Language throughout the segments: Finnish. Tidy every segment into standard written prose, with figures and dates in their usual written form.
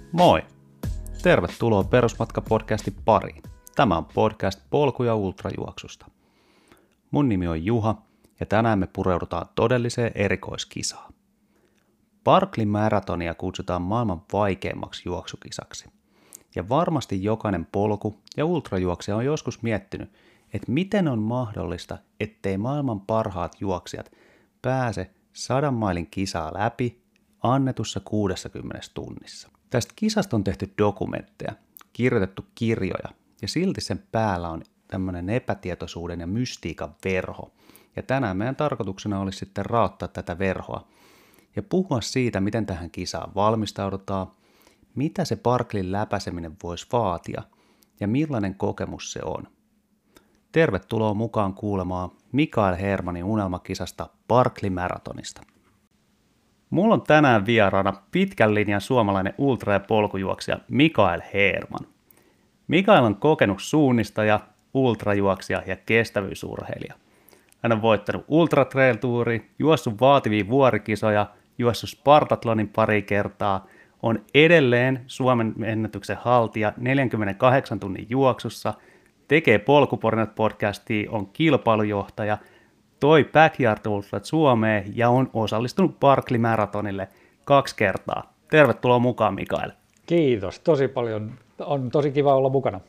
Moi! Tervetuloa Perusmatka-podcastin pariin. Tämä on podcast polku- ja ultrajuoksusta. Mun nimi on Juha ja tänään me pureudutaan todelliseen erikoiskisaan. Barkleyn maratonia kutsutaan maailman vaikeimmaksi juoksukisaksi. Ja varmasti jokainen polku- ja ultrajuoksija on joskus miettinyt, että miten on mahdollista, ettei maailman parhaat juoksijat pääse 100 mailin kisaa läpi annetussa 60 tunnissa. Tästä kisasta on tehty dokumentteja, kirjoitettu kirjoja ja silti sen päällä on tämmöinen epätietoisuuden ja mystiikan verho. Ja tänään meidän tarkoituksena olisi sitten raottaa tätä verhoa ja puhua siitä, miten tähän kisaan valmistaudutaan, mitä se Barkleyn läpäiseminen voisi vaatia ja millainen kokemus se on. Tervetuloa mukaan kuulemaan Mikael Hermanin unelmakisasta Barkleyn maratonista. Mulla on tänään vieraana pitkän linjan suomalainen ultra- ja polkujuoksija Mikael Herman. Mikael on kokenut suunnistaja, ultrajuoksija ja kestävyysurheilija. Hän on voittanut Ultra Trail Tourin, juossut vaativia vuorikisoja, juossut Spartatlonin pari kertaa, on edelleen Suomen ennätyksen haltija 48 tunnin juoksussa, tekee Polkuporinat-podcastia, on kilpailujohtaja, toi Backyard Ultrat Suomeen ja on osallistunut Barkleyn maratonille 2 kertaa. Tervetuloa mukaan, Mikael. Kiitos, tosi paljon. On tosi kiva olla mukana.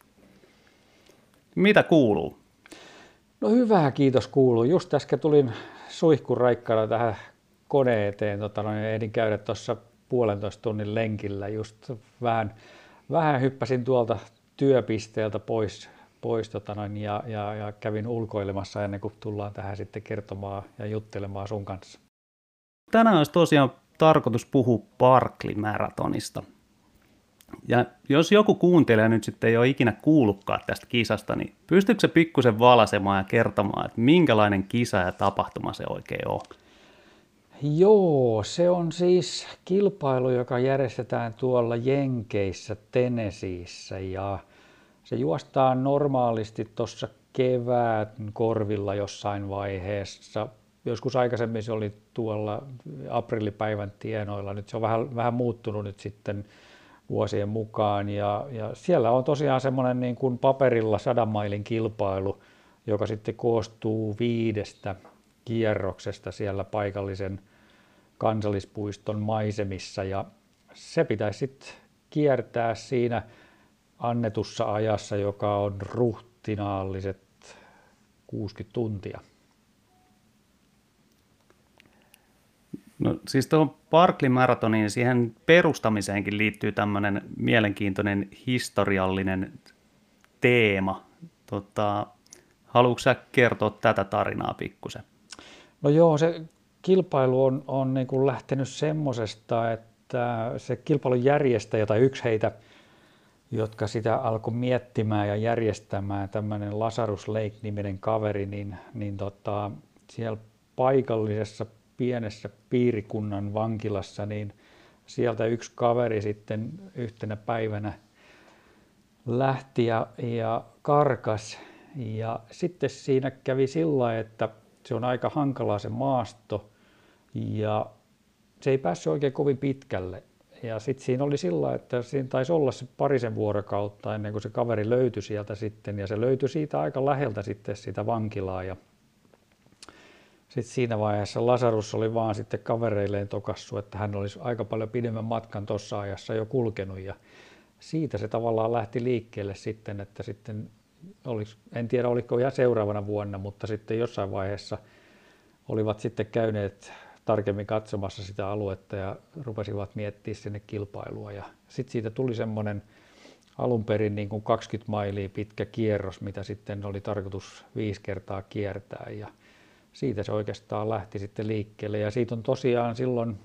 Mitä kuuluu? No hyvää, kiitos kuuluu. Just äsken tulin suihkuraikkaana tähän koneen eteen. Ehdin käydä tuossa 1,5 tunnin lenkillä. Just vähän hyppäsin tuolta työpisteeltä pois ja kävin ulkoilemassa ennen kuin tullaan tähän sitten kertomaan ja juttelemaan sun kanssa. Tänään olisi tosiaan tarkoitus puhua Barkleyn maratonista. Ja jos joku kuuntelija nyt sitten ei ole ikinä kuullutkaan tästä kisasta, niin pystyykö se pikkusen valaisemaan ja kertomaan, että minkälainen kisa ja tapahtuma se oikein on? Joo, se on siis kilpailu, joka järjestetään tuolla Jenkeissä, Tennesseeissä ja se juostaan normaalisti tuossa kevään korvilla jossain vaiheessa. Joskus aikaisemmin se oli tuolla aprillipäivän tienoilla. Nyt se on vähän muuttunut nyt sitten vuosien mukaan. Ja siellä on tosiaan semmoinen niin kuin paperilla 100 mailin kilpailu, joka sitten koostuu 5 kierroksesta siellä paikallisen kansallispuiston maisemissa. Ja se pitäisi sitten kiertää siinä annetussa ajassa, joka on ruhtinaalliset 60 tuntia. No siis tuohon Barkleyn maratoniin, siihen perustamiseenkin liittyy tämmöinen mielenkiintoinen historiallinen teema. Haluatko sä kertoa tätä tarinaa pikkusen? No joo, se kilpailu on niin kuin lähtenyt semmosesta, että se kilpailun järjestäjä tai yksi heitä, jotka sitä alkoi miettimään ja järjestämään, tämmöinen Lazarus Lake-niminen kaveri, niin siellä paikallisessa pienessä piirikunnan vankilassa, niin sieltä yksi kaveri sitten yhtenä päivänä lähti ja karkas. Ja sitten siinä kävi sillä, että se on aika hankalaa se maasto ja se ei päässyt oikein kovin pitkälle. Ja sitten siinä oli sillä, että siinä taisi olla se 2 vuorokautta ennen kuin se kaveri löytyi sieltä sitten. Ja se löytyi siitä aika läheltä sitten sitä vankilaa. Ja sitten siinä vaiheessa Lazarus oli vaan sitten kavereilleen tokassut, että hän olisi aika paljon pidemmän matkan tuossa ajassa jo kulkenut. Ja siitä se tavallaan lähti liikkeelle sitten, että sitten en tiedä oliko ihan seuraavana vuonna, mutta sitten jossain vaiheessa olivat sitten käyneet tarkemmin katsomassa sitä aluetta ja rupesivat miettimään sinne kilpailua. Ja sitten siitä tuli semmoinen alun perin niin kuin 20 mailia pitkä kierros, mitä sitten oli tarkoitus 5 kertaa kiertää. Ja siitä se oikeastaan lähti sitten liikkeelle. Ja siitä on tosiaan silloin,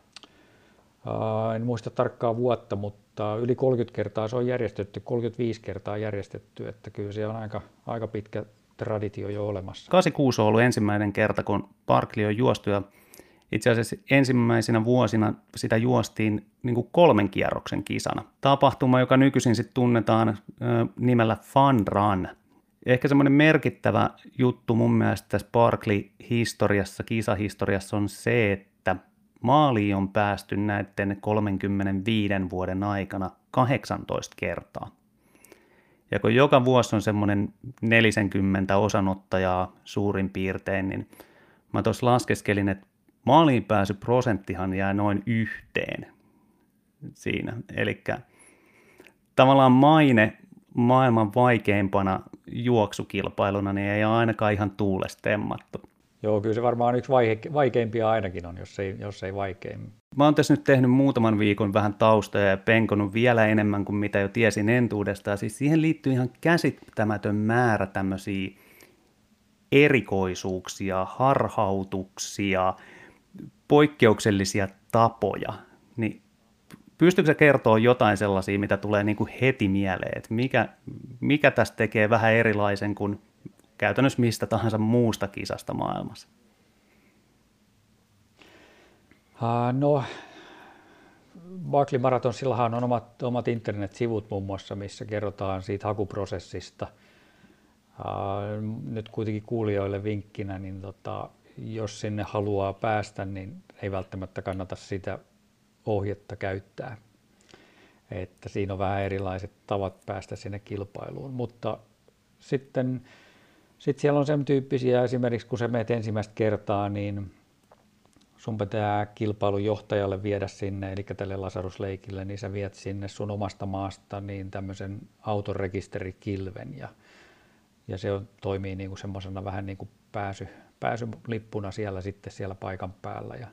en muista tarkkaa vuotta, mutta yli 30 kertaa se on järjestetty, 35 kertaa järjestetty, että kyllä se on aika pitkä traditio jo olemassa. 86 on ollut ensimmäinen kerta, kun Barkley on juostu ja itse asiassa ensimmäisenä vuosina sitä juostiin niin kuin 3 kierroksen kisana. Tapahtuma, joka nykyisin sitten tunnetaan nimellä Fun Run. Ehkä semmoinen merkittävä juttu mun mielestä tässä Barkleyn historiassa, kisahistoriassa on se, että maaliin on päästy näiden 35 vuoden aikana 18 kertaa. Ja kun joka vuosi on semmoinen 40 osanottajaa suurin piirtein, niin mä tuossa laskeskelin, että maaliin pääsy prosenttihan jää noin 1 siinä. Eli tavallaan maine maailman vaikeimpana juoksukilpailuna niin ei ole ainakaan ihan tuulesta temmattu. Joo, kyllä se varmaan yksi vaikeimpia ainakin on, jos ei vaikein. Mä oon tässä nyt tehnyt muutaman viikon vähän taustoja ja penkonut vielä enemmän kuin mitä jo tiesin entuudestaan. Siis siihen liittyy ihan käsittämätön määrä tämmöisiä erikoisuuksia, harhautuksia, poikkeuksellisia tapoja. Niin pystyykö sä kertoa jotain sellaisia, mitä tulee niin kuin heti mieleen, että mikä tästä tekee vähän erilaisen kuin käytännössä mistä tahansa muusta kisasta maailmassa? No, Barkley Marathonsillahan on omat internet-sivut muun muassa, missä kerrotaan siitä hakuprosessista. Nyt kuitenkin kuulijoille vinkkinä, niin jos sinne haluaa päästä, niin ei välttämättä kannata sitä ohjetta käyttää. Että siinä on vähän erilaiset tavat päästä sinne kilpailuun, mutta sitten siellä on sen tyyppisiä, esimerkiksi kun sä menet ensimmäistä kertaa, niin sun pitää kilpailun johtajalle viedä sinne, eli tälle Lazarus-leikille, niin sä viet sinne sun omasta maasta niin tämmöisen autorekisterikilven, ja se toimii niin kuin semmoisena vähän niin kuin pääsylippuna siellä paikan päällä. Ja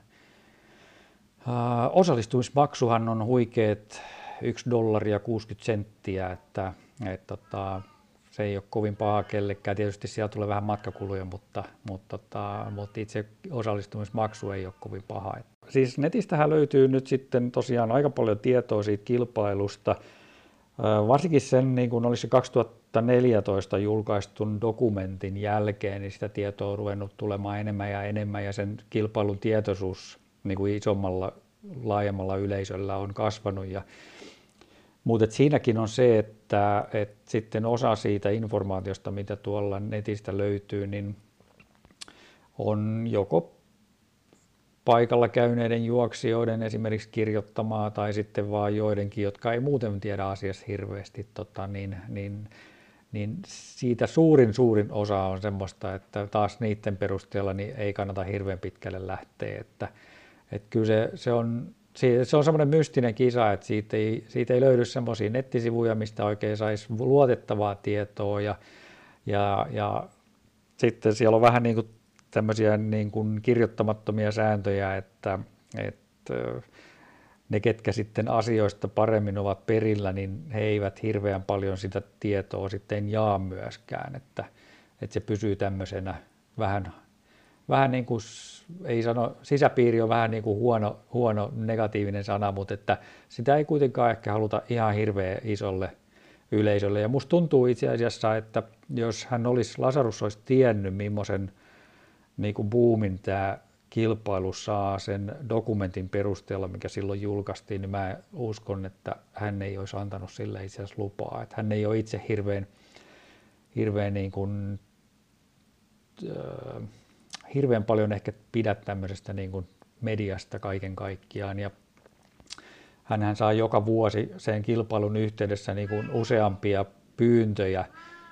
osallistumismaksuhan on huikeet $1.60, että se ei ole kovin paha kellekään. Tietysti siellä tulee vähän matkakuluja, mutta itse osallistumismaksu ei ole kovin paha. Siis netistähän löytyy nyt sitten tosiaan aika paljon tietoa siitä kilpailusta. Varsinkin sen, niin kuin olisi se 2014 julkaistun dokumentin jälkeen, niin sitä tietoa on ruvennut tulemaan enemmän ja enemmän, ja sen kilpailun tietoisuus niin kuin isommalla, laajemmalla yleisöllä on kasvanut. Mutta siinäkin on se, että sitten osa siitä informaatiosta, mitä tuolla netistä löytyy, niin on joko paikalla käyneiden juoksijoiden esimerkiksi kirjoittamaa tai sitten vaan joidenkin, jotka ei muuten tiedä asiasta hirveästi, niin siitä suurin osa on semmoista, että taas niiden perusteella niin ei kannata hirveän pitkälle lähteä, että kyllä se on semmoinen mystinen kisa, että siitä ei löydy semmoisia nettisivuja, mistä oikein saisi luotettavaa tietoa, ja sitten siellä on vähän niin kuin tämmöisiä niin kuin kirjoittamattomia sääntöjä, että ne, ketkä sitten asioista paremmin ovat perillä, niin he eivät hirveän paljon sitä tietoa sitten jaa myöskään, että se pysyy tämmöisenä vähän niin kuin, ei sano, sisäpiiri on vähän niin kuin huono negatiivinen sana, mutta että sitä ei kuitenkaan ehkä haluta ihan hirveän isolle yleisölle. Ja musta tuntuu itse asiassa, että jos Lazarus olisi tiennyt, millaisen niin kuin boomin tämä kilpailu saa sen dokumentin perusteella, mikä silloin julkaistiin, niin mä uskon, että hän ei olisi antanut sille itse asiassa lupaa. Että hän ei ole itse hirveän niin kuin, hirveän paljon ehkä pidä tämmöisestä niin kuin mediasta kaiken kaikkiaan, ja hänhän saa joka vuosi sen kilpailun yhteydessä niin kuin useampia pyyntöjä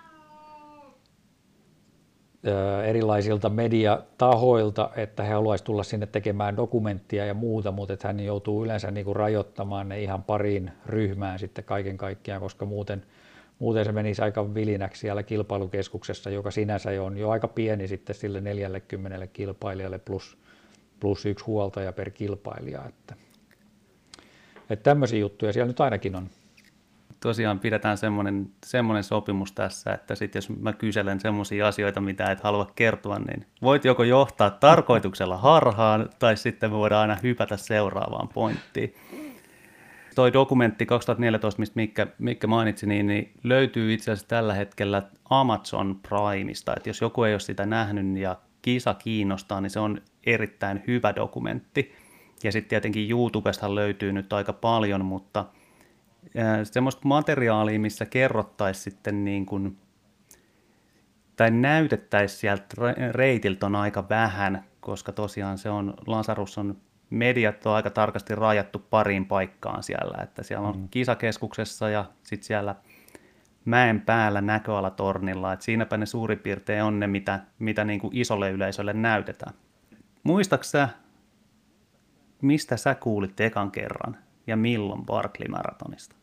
erilaisilta mediatahoilta, että he haluaisivat tulla sinne tekemään dokumenttia ja muuta, mutta että hän joutuu yleensä niin kuin rajoittamaan ne ihan pariin ryhmään sitten kaiken kaikkiaan, koska muuten se menisi aika vilinäksi siellä kilpailukeskuksessa, joka sinänsä on jo aika pieni sitten sille 40 kilpailijalle plus yksi huoltaja per kilpailija. Että tämmöisiä juttuja siellä nyt ainakin on. Tosiaan pidetään semmoinen sopimus tässä, että sit jos mä kyselen semmoisia asioita, mitä et halua kertoa, niin voit joko johtaa tarkoituksella harhaan, tai sitten me voidaan aina hypätä seuraavaan pointtiin. Toi dokumentti 2014, mistä Mikke mainitsi, niin löytyy itse asiassa tällä hetkellä Amazon Primeista. Että jos joku ei ole sitä nähnyt ja kisa kiinnostaa, niin se on erittäin hyvä dokumentti. Ja sitten tietenkin YouTubesta löytyy nyt aika paljon, mutta semmoista materiaalia, missä kerrottaisiin sitten niin kuin, tai näytettäisiin sieltä reitiltä on aika vähän, koska tosiaan Lazarus on mediat on aika tarkasti rajattu pariin paikkaan siellä, että siellä on kisakeskuksessa ja sitten siellä mäen päällä näköalatornilla, että siinäpä ne suurin piirtein on ne, mitä niin kuin isolle yleisölle näytetään. Muistatko sä, mistä sä kuulit ekan kerran ja milloin Barkley Marathonista?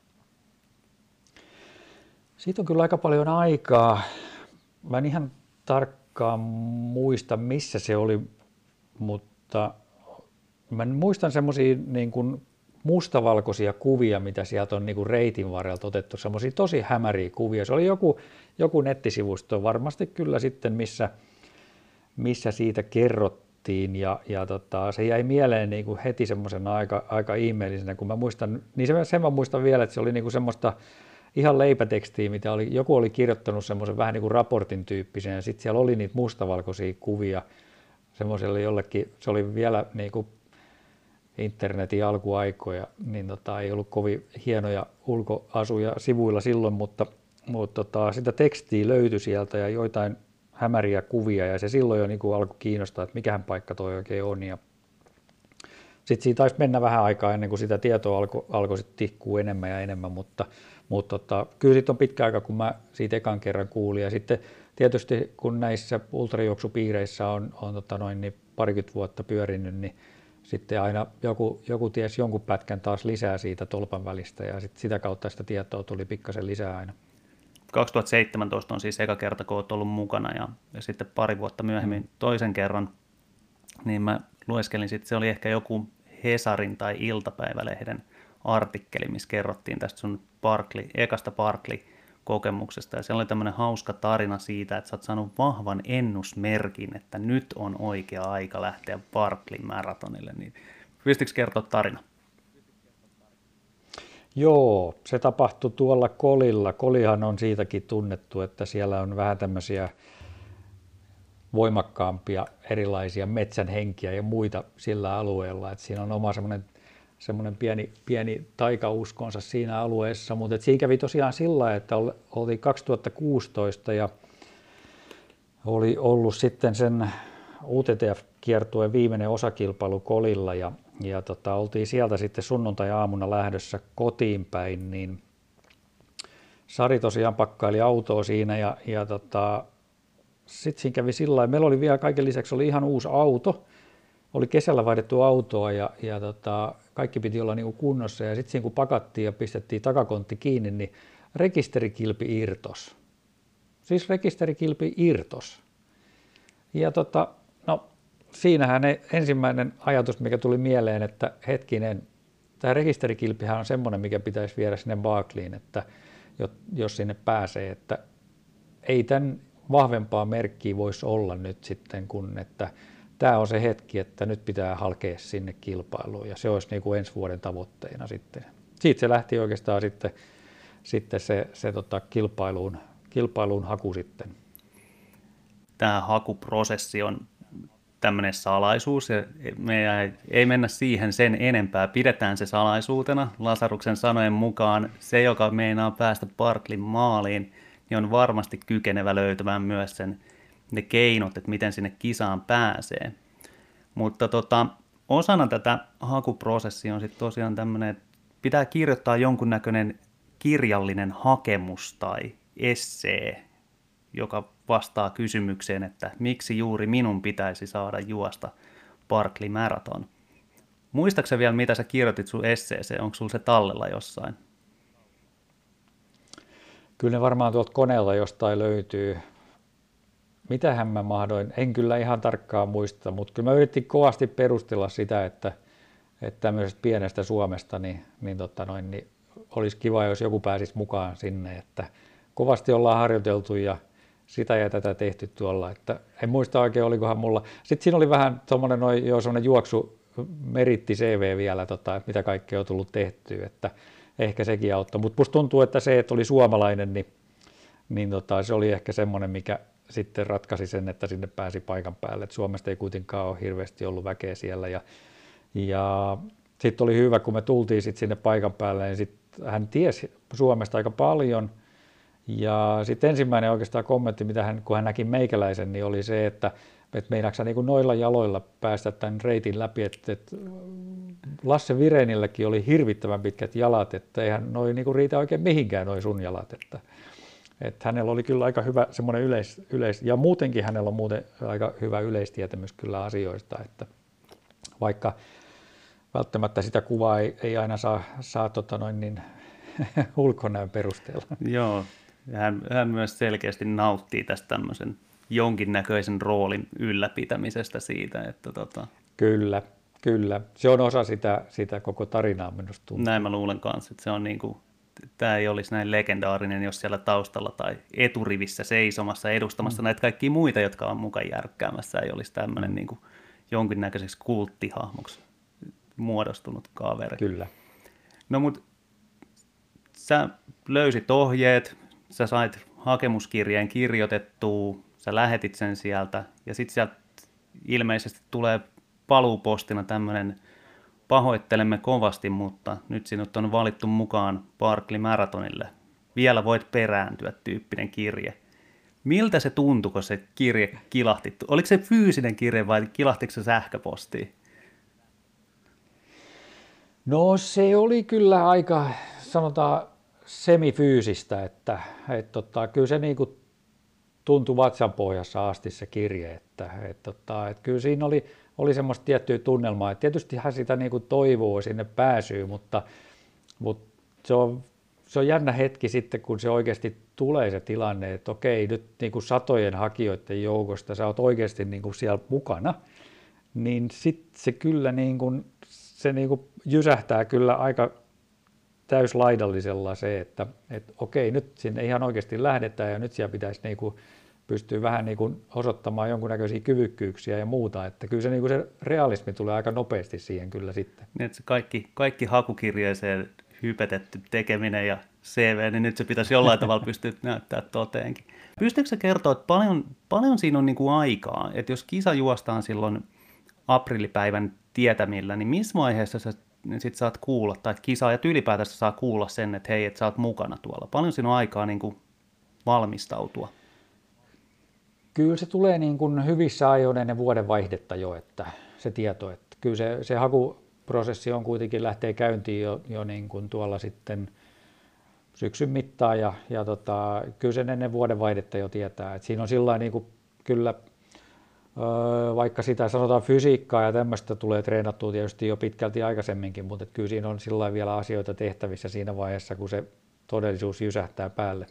Siitä on kyllä aika paljon aikaa. Mä en ihan tarkkaan muista, missä se oli, mutta mä muistan semmoisia niin kuin mustavalkoisia kuvia, mitä sieltä on niin kuin reitin varrelta otettu, semmoisia tosi hämäriä kuvia. Se oli joku nettisivusto varmasti kyllä sitten, missä siitä kerrottiin ja se jäi mieleen niin kuin heti semmoisena aika ihmeellisenä, kun mä muistan, niin sen mä muistan vielä, että se oli niin kuin semmoista ihan leipätekstiä, mitä joku oli kirjoittanut semmoisen vähän niin kuin raportin tyyppisen ja sitten siellä oli niitä mustavalkoisia kuvia semmoiselle jollekin, se oli vielä niin kuin internetin alkuaikoja, niin ei ollut kovin hienoja ulkoasuja sivuilla silloin, mutta sitä tekstiä löytyi sieltä ja joitain hämäriä kuvia ja se silloin jo niin kuin alkoi kiinnostaa, että mikähän paikka toi oikein on. Ja sitten siitä taisi mennä vähän aikaa ennen kuin sitä tietoa alkoi sitten tihkua enemmän ja enemmän, mutta kyllä sitten on pitkä aika, kun mä siitä ekan kerran kuulin. Ja sitten tietysti kun näissä ultrajuoksupiireissä on niin parikymmentä vuotta pyörinyt, niin sitten aina joku tiesi jonkun pätkän taas lisää siitä tolpan välistä ja sitten sitä kautta sitä tietoa tuli pikkasen lisää aina. 2017 on siis eka kerta, kun olet ollut mukana ja sitten pari vuotta myöhemmin toisen kerran, niin mä lueskelin sitten, se oli ehkä joku Hesarin tai Iltapäivälehden artikkeli, missä kerrottiin tästä sun ekasta Barkley-kokemuksesta ja siellä oli tämmöinen hauska tarina siitä, että sä oot saanut vahvan ennusmerkin, että nyt on oikea aika lähteä Barkley Marathonille, niin pystytkö kertoa tarina? Joo, se tapahtui tuolla Kolilla. Kolihan on siitäkin tunnettu, että siellä on vähän tämmöisiä voimakkaampia erilaisia metsänhenkiä ja muita sillä alueella, että siinä on oma semmoinen pieni taikauskonsa siinä alueessa, mutta siinä kävi tosiaan sillä, että oli 2016 ja oli ollut sitten sen UTTF-kiertueen viimeinen osakilpailu Kolilla ja oltiin sieltä sitten sunnuntai-aamuna lähdössä kotiin päin, niin Sari tosiaan pakkaili autoa siinä ja sitten siinä kävi sillä lailla, meillä oli vielä kaiken lisäksi oli ihan uusi auto, oli kesällä vaihdettu autoa ja kaikki piti olla niinku kunnossa ja sitten siinä kun pakattiin ja pistettiin takakontti kiinni, niin rekisterikilpi irtos. Siis rekisterikilpi irtos. Ja no siinähän ensimmäinen ajatus, mikä tuli mieleen, että hetkinen, tämä rekisterikilpihän on semmoinen, mikä pitäisi viedä sinne Barkleyin, että jos sinne pääsee, että ei tämän vahvempaa merkkiä voisi olla nyt sitten, kun että tämä on se hetki, että nyt pitää halkea sinne kilpailuun ja se olisi niin kuin ensi vuoden tavoitteena sitten. Siitä se lähti oikeastaan sitten se kilpailuun haku sitten. Tämä hakuprosessi on tämmöinen salaisuus ja me ei mennä siihen sen enempää. Pidetään se salaisuutena. Lasaruksen sanojen mukaan se, joka meinaa päästä Barkleyn maaliin, niin on varmasti kykenevä löytämään myös ne keinot, että miten sinne kisaan pääsee. Mutta osana tätä hakuprosessia on sitten tosiaan tämmöinen, että pitää kirjoittaa jonkunnäköinen kirjallinen hakemus tai essee, joka vastaa kysymykseen, että miksi juuri minun pitäisi saada juosta Barkley Marathon. Muistaaksä vielä, mitä sä kirjoitit sun esseeseen? Onko sulla se tallella jossain? Kyllä ne varmaan tuolta koneelta jostain löytyy. Mitähän mä mahdoin? En kyllä ihan tarkkaan muista, mutta kyllä mä yritin kovasti perustella sitä, että tämmöisestä pienestä Suomesta niin olisi kiva, jos joku pääsisi mukaan sinne. Että kovasti ollaan harjoiteltu ja sitä ja tätä tehty tuolla. Että en muista oikein, olikohan mulla. Sitten siinä oli vähän semmoinen juoksumeritti CV vielä, että mitä kaikkea on tullut tehtyä, että ehkä sekin auttoi. Mutta musta tuntuu, että se, että oli suomalainen, niin se oli ehkä semmoinen, mikä sitten ratkaisi sen, että sinne pääsi paikan päälle. Et Suomesta ei kuitenkaan ole hirveästi ollut väkeä siellä. Ja sitten oli hyvä, kun me tultiin sit sinne paikan päälle, niin sit hän tiesi Suomesta aika paljon. Ja sitten ensimmäinen oikeastaan kommentti, mitä kun hän näki meikäläisen, niin oli se, että meinaatko niin noilla jaloilla päästä tämän reitin läpi, että Lasse Virenilläkin oli hirvittävän pitkät jalat, että eihän noi niin riitä oikein mihinkään noi sun jalat, että hänellä oli kyllä aika hyvä semmoinen ja muutenkin hänellä on muuten aika hyvä yleistietämys kyllä asioista, että vaikka välttämättä sitä kuvaa ei aina saa ulkonäön perusteella. Joo, hän myös selkeästi nauttii tästä tämmöisen jonkinnäköisen roolin ylläpitämisestä siitä, että Kyllä. Se on osa sitä koko tarinaa minusta tuntuu. Näin mä luulen kanssa, että se on tämä ei olisi näin legendaarinen, jos siellä taustalla tai eturivissä seisomassa edustamassa näitä kaikkia muita, jotka on mukaan järkkäämässä, ei olisi tämmöinen jonkinnäköiseksi kulttihahmoksi muodostunut kaveri. Kyllä. No mut sä löysit ohjeet, sä sait hakemuskirjeen kirjoitettua, sä lähetit sen sieltä ja sitten sieltä ilmeisesti tulee paluupostina tämmöinen pahoittelemme kovasti, mutta nyt sinut on valittu mukaan Barkley Marathonille. Vielä voit perääntyä -tyyppinen kirje. Miltä se tuntui, kun se kirje kilahti? Oliko se fyysinen kirje vai kilahtiko se sähköpostiin? No se oli kyllä aika, sanotaan, semifyysistä, että kyllä se niinku tuntui vatsanpohjassa asti se kirje, että kyllä siinä oli semmoista tiettyä tunnelmaa, että tietystihän sitä niinku toivoo sinne pääsyä, mutta se on jännä hetki sitten, kun se oikeasti tulee se tilanne, että okei, nyt niinku satojen hakijoiden joukosta sä oot oikeasti niinku siellä mukana, niin sitten se kyllä se jysähtää kyllä aika täyslaidallisella se, että okei, nyt sinne ihan oikeasti lähdetään ja nyt siellä pitäisi pystyy vähän osoittamaan jonkunnäköisiä kyvykkyyksiä ja muuta, että kyllä se realismi tulee aika nopeasti siihen kyllä sitten. Niin, että se kaikki hakukirjeeseen hypetetty tekeminen ja CV, niin nyt se pitäisi jollain tavalla pystyä näyttämään toteenkin. Pystyykö sä kertoa, että paljon siinä on aikaa, että jos kisa juostaan silloin aprillipäivän tietämillä, niin missä vaiheessa sä sit saat kuulla, tai kisaajat ylipäätänsä saa kuulla sen, että hei, että sä oot mukana tuolla. Paljon siinä on aikaa valmistautua? Kyllä se tulee hyvissä ajoin ennen vuodenvaihdetta jo, että se tieto, että kyllä se hakuprosessi on kuitenkin lähtee käyntiin jo tuolla sitten syksyn mittaan ja kyllä sen ennen vuodenvaihdetta jo tietää, että siinä on sillain kyllä vaikka sitä sanotaan fysiikkaa ja tämmöistä tulee treenattua tietysti jo pitkälti aikaisemminkin, mutta kyllä siinä on sillain vielä asioita tehtävissä siinä vaiheessa, kun se todellisuus jysähtää päälle.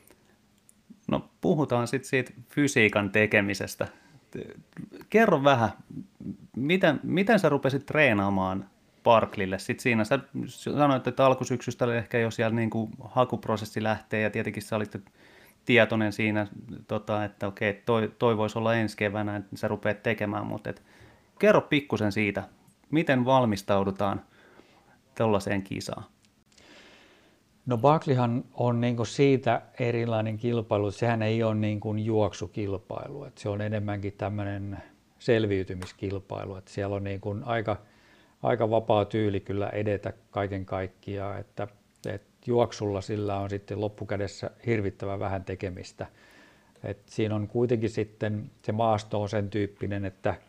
No puhutaan sitten siitä fysiikan tekemisestä. Kerro vähän, miten sä rupesit treenaamaan Barkleylle? Sitten siinä sä sanoit, että alkusyksystä oli ehkä jo siellä hakuprosessi lähtee ja tietenkin sä olit tietoinen siinä, että okei, toi voisi olla ensi keväänä, että sä rupeat tekemään, mutta kerro pikkusen siitä, miten valmistaudutaan tällaiseen kisaan? No Barkleyhan on siitä erilainen kilpailu, että sehän ei ole juoksukilpailu, että se on enemmänkin tämmöinen selviytymiskilpailu, että siellä on aika vapaa tyyli kyllä edetä kaiken kaikkiaan, että juoksulla sillä on sitten loppukädessä hirvittävän vähän tekemistä. Et siinä on kuitenkin sitten se maasto on sen tyyppinen,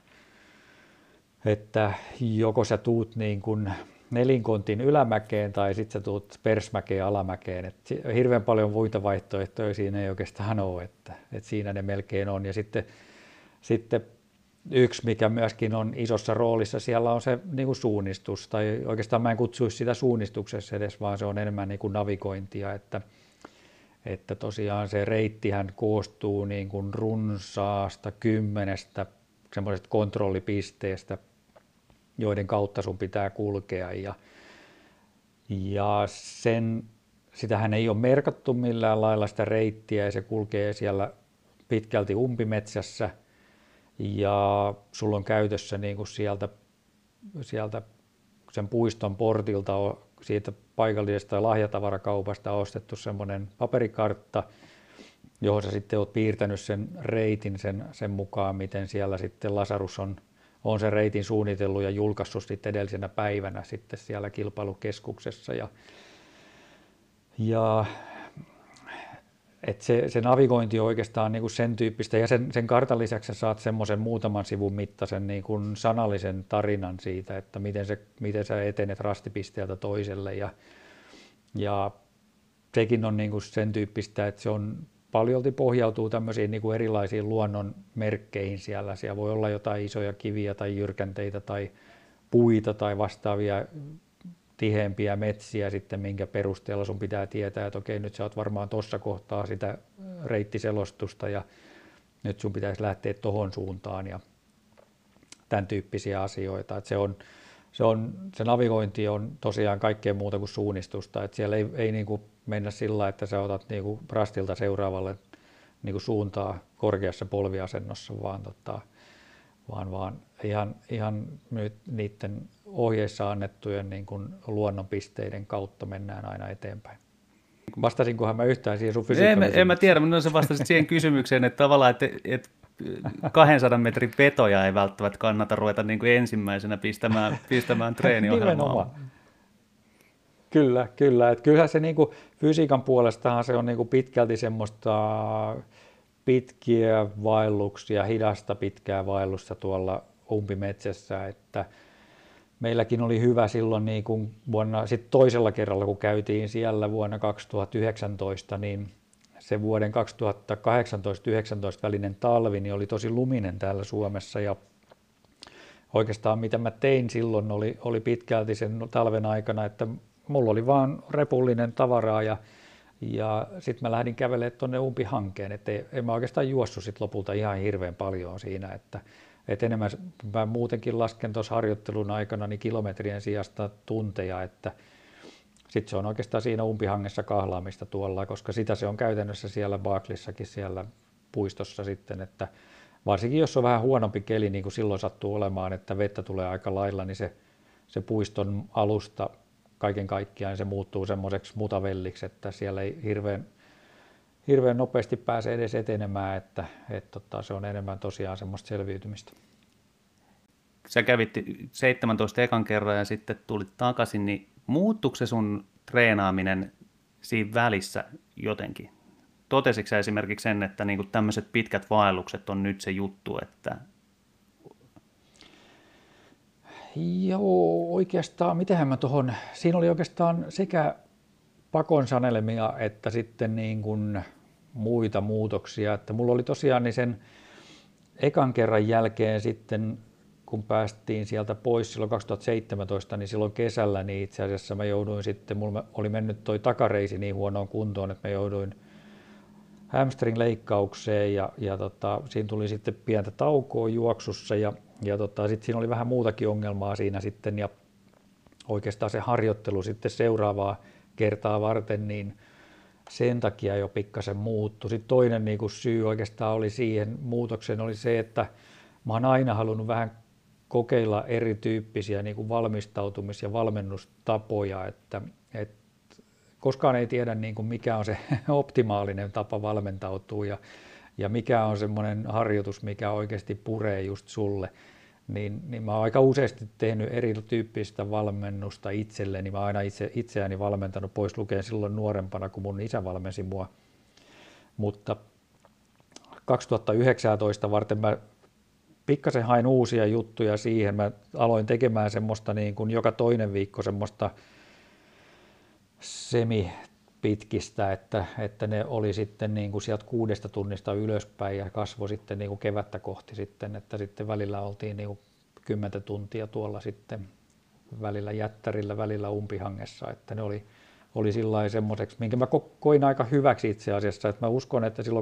että joko sä tuut nelinkontin ylämäkeen tai sitten sä tuut persmäkeen alamäkeen. Et hirveän paljon muita vaihtoehtoja siinä ei oikeastaan ole, että siinä ne melkein on. Ja sitten yksi, mikä myöskin on isossa roolissa, siellä on se suunnistus, tai oikeastaan mä en kutsuisi sitä suunnistuksessa edes, vaan se on enemmän navigointia, että tosiaan se reittihän koostuu runsaasta 10 semmoisesta kontrollipisteestä, joiden kautta sun pitää kulkea, ja sitähän ei ole merkattu millään lailla sitä reittiä, ja se kulkee siellä pitkälti umpimetsässä, ja sulla on käytössä sieltä sen puiston portilta siitä paikallisesta lahjatavarakaupasta ostettu semmoinen paperikartta, johon sä sitten oot piirtänyt sen reitin sen mukaan, miten siellä sitten Lasarus on sen reitin suunnitellut ja julkaissut sitten edellisenä päivänä sitten siellä kilpailukeskuksessa. Ja Et se navigointi on oikeastaan niin kuin sen tyyppistä, ja sen kartan lisäksi sä saat semmoisen muutaman sivun mittaisen niin kuin sanallisen tarinan siitä, että miten sä etenet rastipisteeltä toiselle, ja sekin on niin kuin sen tyyppistä, että se on paljolti pohjautuu tämmöisiin niin kuin erilaisiin luonnon merkkeihin siellä. Siellä voi olla jotain isoja kiviä tai jyrkänteitä tai puita tai vastaavia tiheämpiä metsiä sitten, minkä perusteella sun pitää tietää, että okei, nyt sä oot varmaan tuossa kohtaa sitä reittiselostusta ja nyt sun pitäisi lähteä tohon suuntaan ja tämän tyyppisiä asioita. Että se navigointi on tosiaan kaikkea muuta kuin suunnistusta. Että siellä ei niin kuin mennä sillä, että sä otat niin kuin rastilta seuraavalle niin kuin suuntaa korkeassa polviasennossa, vaan ihan niiden ohjeissa annettujen niin kuin luonnonpisteiden kautta mennään aina eteenpäin. Vastasinkohan mä yhtään siihen sun fysiikkakysymykseen? En mä tiedä, mutta sä vastasit siihen kysymykseen, että tavallaan, että 200 metrin vetoja ei välttämättä kannata ruveta niin kuin ensimmäisenä pistämään treeniohjelmaa. Kyllä. Että kyllähän se niin kuin fysiikan puolestahan se on niin kuin pitkälti semmoista pitkiä vaelluksia, hidasta pitkää vaellusta tuolla umpimetsässä, että meilläkin oli hyvä silloin niin kuin sit toisella kerralla, kun käytiin siellä vuonna 2019, niin se vuoden 2018-2019 välinen talvi niin oli tosi luminen täällä Suomessa, ja oikeastaan mitä mä tein silloin oli pitkälti sen talven aikana, että mulla oli vaan repullinen tavaraa ja sitten mä lähdin kävelemään tuonne umpihankeen, että en mä oikeastaan juossut sit lopulta ihan hirveän paljon siinä, että enemmän mä muutenkin lasken tuossa harjoittelun aikana niin kilometrien sijasta tunteja, että sitten se on oikeastaan siinä umpihangessa kahlaamista tuolla, koska sitä se on käytännössä siellä Barclayssakin siellä puistossa sitten, että varsinkin jos on vähän huonompi keli, niin kuin silloin sattuu olemaan, että vettä tulee aika lailla, niin se puiston alusta kaiken kaikkiaan se muuttuu semmoiseksi mutavelliksi, että siellä ei hirveän nopeasti pääse edes etenemään, että se on enemmän tosiaan semmoista selviytymistä. Sä kävit 17 ekan kerran ja sitten tulit takaisin, niin muuttuiko se sun treenaaminen siinä välissä jotenkin? Totesitko sä esimerkiksi sen, että niinku tämmöiset pitkät vaellukset on nyt se juttu, että... Joo, oikeastaan, mitenhän siinä oli oikeastaan sekä pakon sanelemia että sitten niin kuin muita muutoksia, että mulla oli tosiaan niin sen ekan kerran jälkeen sitten, kun päästiin sieltä pois silloin 2017, niin silloin kesällä, niin itse asiassa mä jouduin sitten, mulla oli mennyt toi takareisi niin huonoon kuntoon, että mä jouduin hamstring-leikkaukseen ja siinä tuli sitten pientä taukoa juoksussa ja sitten siinä oli vähän muutakin ongelmaa siinä sitten ja oikeastaan se harjoittelu sitten seuraavaa kertaa varten, niin sen takia jo pikkasen muuttui. Sitten toinen niin kuin syy oikeastaan oli siihen muutokseen oli se, että mä oon aina halunnut vähän kokeilla erityyppisiä niin kuin valmistautumis- ja valmennustapoja, että koskaan ei tiedä niin kuin mikä on se optimaalinen tapa valmentautua ja mikä on semmoinen harjoitus, mikä oikeasti puree just sulle. Niin mä oon aika useasti tehnyt erityyppistä valmennusta itselleni. Mä oon aina itseäni valmentanut pois lukeen silloin nuorempana, kun mun isä valmensi mua. Mutta 2019 varten mä pikkasen hain uusia juttuja siihen. Mä aloin tekemään semmoista niin kuin joka toinen viikko semmoista semipitkistä, että ne oli sitten niin kuin sieltä 6 tunnista ylöspäin ja kasvoi sitten niin kuin kevättä kohti sitten, että sitten välillä oltiin niin kuin 10 tuntia tuolla sitten välillä jättärillä, välillä umpihangessa, että ne oli sillain semmoiseksi, minkä mä koin aika hyväksi itse asiassa, että mä uskon, että silloin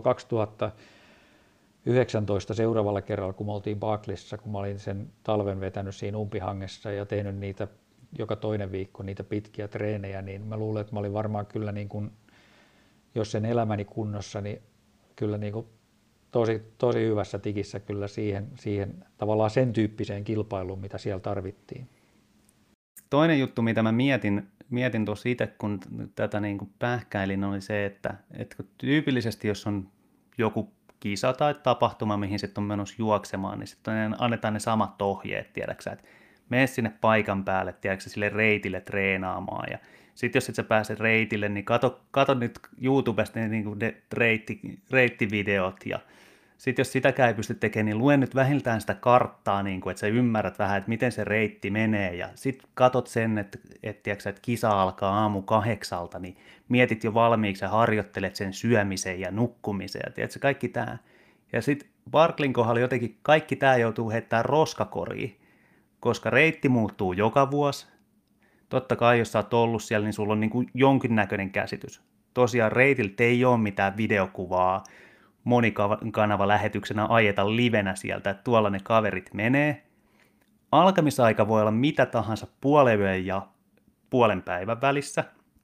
2019 seuraavalla kerralla, kun me oltiin Barclayssa, kun mä olin sen talven vetänyt siinä umpihangessa ja tehnyt niitä joka toinen viikko niitä pitkiä treenejä, niin mä luulen, että mä olin varmaan kyllä niin kuin, jos sen elämäni kunnossa, niin kyllä niin kuin tosi hyvässä tikissä kyllä siihen tavallaan sen tyyppiseen kilpailuun, mitä siellä tarvittiin. Toinen juttu, mitä mä mietin tuossa itse, kun tätä niin kuin pähkäilin, oli se, että tyypillisesti jos on joku kisa tai tapahtuma, mihin sitten on menossa juoksemaan, niin sitten annetaan ne samat ohjeet, tiedäksä, että mene sinne paikan päälle, tiedätkö, sille reitille treenaamaan ja Sitten jos et sä pääse reitille, niin kato nyt YouTubesta ne reittivideot ja sitten jos sitäkään ei pysty tekemään, niin lue nyt vähintään sitä karttaa, niin kuin, että sä ymmärrät vähän, että miten se reitti menee. Ja sitten katot sen, että kisa alkaa aamu 8, niin mietit jo valmiiksi ja harjoittelet sen syömisen ja nukkumisen ja tiedätkö, kaikki tämä. Ja sitten Barklin kohdalla jotenkin kaikki tämä joutuu heittämään roskakoriin, koska reitti muuttuu joka vuosi. Totta kai, jos sä oot ollut siellä, niin sulla on niin kuin jonkinnäköinen käsitys. Tosiaan reitiltä ei ole mitään videokuvaa, monikanava-lähetyksenä ajeta livenä sieltä, että tuolla ne kaverit menee. Alkamisaika voi olla mitä tahansa puolen ja puolen päivän välissä.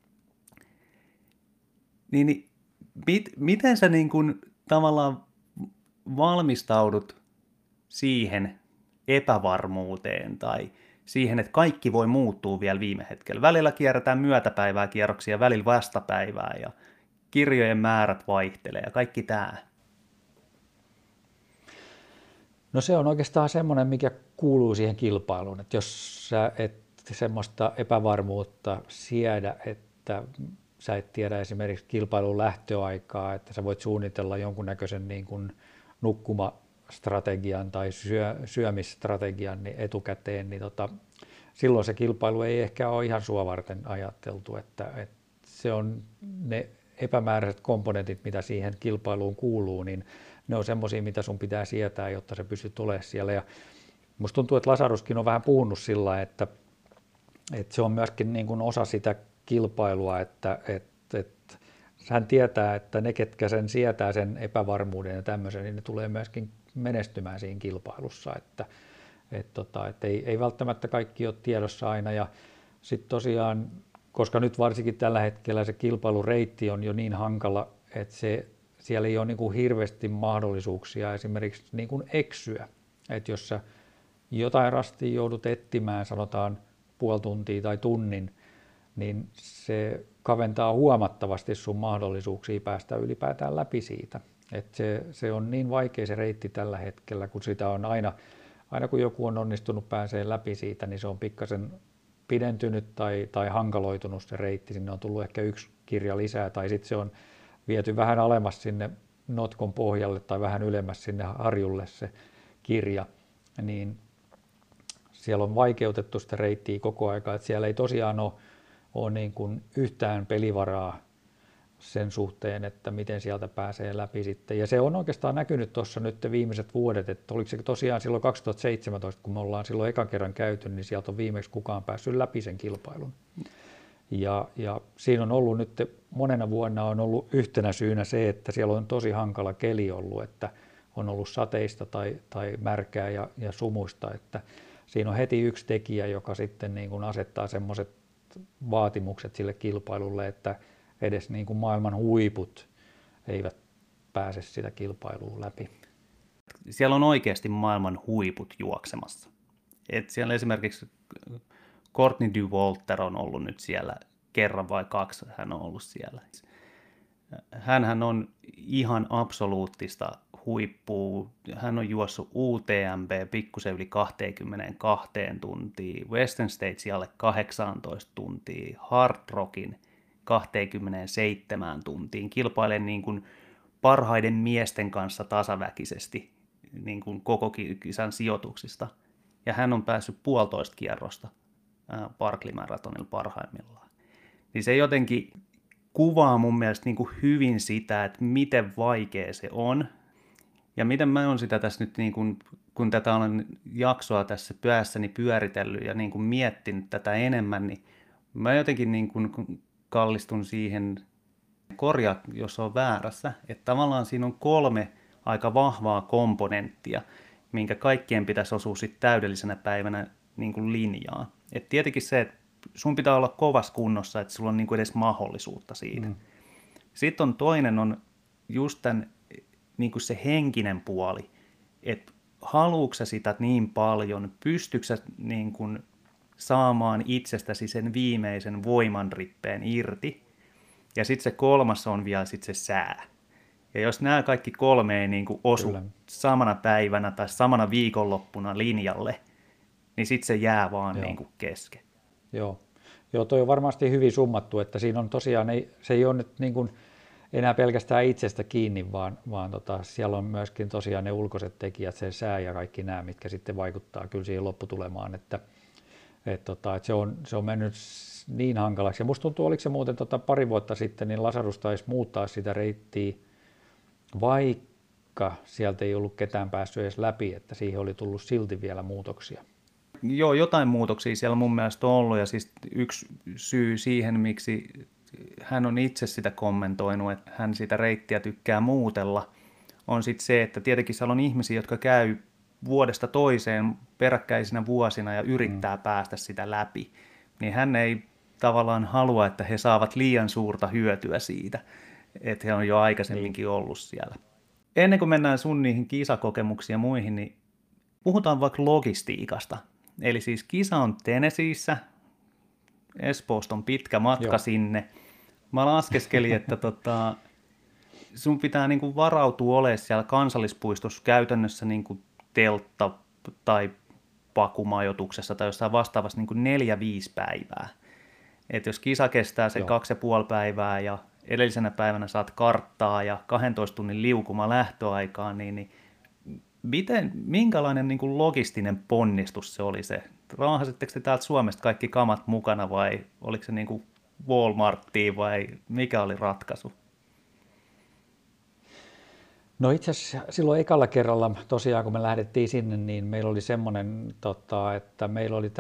Miten sä niin kuin tavallaan valmistaudut siihen epävarmuuteen tai siihen, että kaikki voi muuttua vielä viime hetkellä. Välillä kierretään myötäpäivää kierroksia, välillä vastapäivää ja kirjojen määrät vaihtelee ja kaikki tämä. No se on oikeastaan semmoinen, mikä kuuluu siihen kilpailuun, että jos sä et semmoista epävarmuutta siedä, että sä et tiedä esimerkiksi kilpailun lähtöaikaa, että sä voit suunnitella jonkunnäköisen niin kuin nukkumastrategian tai syömisstrategian niin etukäteen, niin silloin se kilpailu ei ehkä ole ihan sua varten ajateltu, että se on ne epämääräiset komponentit, mitä siihen kilpailuun kuuluu, niin ne on semmoisia, mitä sun pitää sietää, jotta sä pystyt olemaan siellä. Ja musta tuntuu, että Lasaruskin on vähän puhunut sillä, että se on myöskin niin kuin osa sitä kilpailua, että hän tietää, että ne, ketkä sen sietää sen epävarmuuden ja tämmöisen, niin ne tulee myöskin menestymään siinä kilpailussa, että ei välttämättä kaikki ole tiedossa aina. Ja sitten tosiaan, koska nyt varsinkin tällä hetkellä se kilpailureitti on jo niin hankala, että siellä ei ole niin kuin hirveästi mahdollisuuksia esimerkiksi niin kuin eksyä. Että jos sä jotain rastia joudut etsimään, sanotaan puoli tuntia tai tunnin, niin se kaventaa huomattavasti sun mahdollisuuksia päästä ylipäätään läpi siitä. Että se on niin vaikea se reitti tällä hetkellä, kun sitä on aina kun joku on onnistunut pääsee läpi siitä, niin se on pikkasen pidentynyt tai hankaloitunut se reitti. Sinne on tullut ehkä yksi kirja lisää tai sitten se on viety vähän alemmas sinne notkon pohjalle tai vähän ylemmäs sinne harjulle se kirja, niin siellä on vaikeutettu sitä reittiä koko ajan, että siellä ei tosiaan ole niin kuin yhtään pelivaraa sen suhteen, että miten sieltä pääsee läpi sitten. Ja se on oikeastaan näkynyt tuossa nyt viimeiset vuodet, että oliko se tosiaan silloin 2017, kun me ollaan silloin ekan kerran käyty, niin sieltä on viimeksi kukaan päässyt läpi sen kilpailun. Ja siinä on ollut nyt monena vuonna on ollut yhtenä syynä se, että siellä on tosi hankala keli ollut, että on ollut sateista tai märkää ja sumuista, että siinä on heti yksi tekijä, joka sitten niin kuin asettaa semmoiset vaatimukset sille kilpailulle, että edes niin kuin maailman huiput eivät pääse sitä kilpailua läpi. Siellä on oikeasti maailman huiput juoksemassa. Et siellä esimerkiksi Courtney Dauwalter on ollut nyt siellä kerran vai kaksi, hän on ollut siellä. Hänhän on ihan absoluuttista huippua. Hän on juossut UTMB pikkusen yli 22 tuntia, Western Statesin alle 18 tuntia, Hard Rockin 27 tuntiin, kilpailee niin kuin parhaiden miesten kanssa tasaväkisesti niin kuin koko kisan sijoituksista. Ja hän on päässyt 1,5 kierrosta Barkley Marathonilla parhaimmillaan. Niin se jotenkin kuvaa mun mielestä niin kuin hyvin sitä, että miten vaikea se on. Ja miten mä oon sitä tässä nyt, niin kun tätä olen jaksoa tässä päässäni pyöritellyt ja niin kuin miettinyt tätä enemmän, niin mä jotenkin niin kuin kallistun siihen, korjaa jos on väärässä, että tavallaan siinä on 3 aika vahvaa komponenttia, minkä kaikkien pitäisi osua sitten täydellisenä päivänä niin kuin linjaan. Et tietenkin se, että sun pitää olla kovassa kunnossa, että sulla on niin kuin edes mahdollisuutta siitä. Sitten on toinen on just tämän, niin kuin se henkinen puoli, että haluatko sä sitä niin paljon, pystytkö sä niin kuin saamaan itsestäsi sen viimeisen voimanrippeen irti. Ja sitten se 3 on vielä sitten se sää. Ja jos nämä kaikki 3 ei niin kuin osu Kyllä. samana päivänä tai samana viikonloppuna linjalle, niin sitten se jää vaan niin kuin kesken. Joo. Joo, toi on varmasti hyvin summattu, että siinä on tosiaan, se ei ole nyt niin kuin enää pelkästään itsestä kiinni, vaan siellä on myöskin tosiaan ne ulkoiset tekijät, se sää ja kaikki nämä, mitkä sitten vaikuttaa kyllä siihen lopputulemaan, että se on mennyt niin hankalaksi. Ja musta tuntuu, oliko se muuten pari vuotta sitten, niin Lasarus taisi muuttaa sitä reittiä, vaikka sieltä ei ollut ketään päässyt edes läpi, että siihen oli tullut silti vielä muutoksia. Joo, jotain muutoksia siellä mun mielestä on ollut, ja siis yksi syy siihen, miksi hän on itse sitä kommentoinut, että hän sitä reittiä tykkää muutella, on sitten se, että tietenkin siellä on ihmisiä, jotka käy vuodesta toiseen peräkkäisinä vuosina ja yrittää päästä sitä läpi, niin hän ei tavallaan halua, että he saavat liian suurta hyötyä siitä, että he on jo aikaisemminkin ollut siellä. Ennen kuin mennään sun niihin kisakokemuksiin ja muihin, niin puhutaan vaikka logistiikasta. Eli siis kisa on Tennesseeissä, Espoosta on pitkä matka sinne. Mä laskeskelin, että sun pitää niinku varautua olemaan siellä kansallispuistossa käytännössä niinku teltta- tai pakumajoituksessa tai jossain vastaavassa niinku 4-5 päivää. Et jos kisa kestää se 2,5 päivää ja edellisenä päivänä saat karttaa ja 12 tunnin liukuma lähtöaikaan, niin minkälainen niin kuin logistinen ponnistus se oli se? Raahasitteko te täältä Suomesta kaikki kamat mukana vai oliko se niin kuin Walmarttiin vai mikä oli ratkaisu? No itse asiassa silloin ekalla kerralla tosiaan kun me lähdettiin sinne, niin meillä oli semmoinen, että meillä oli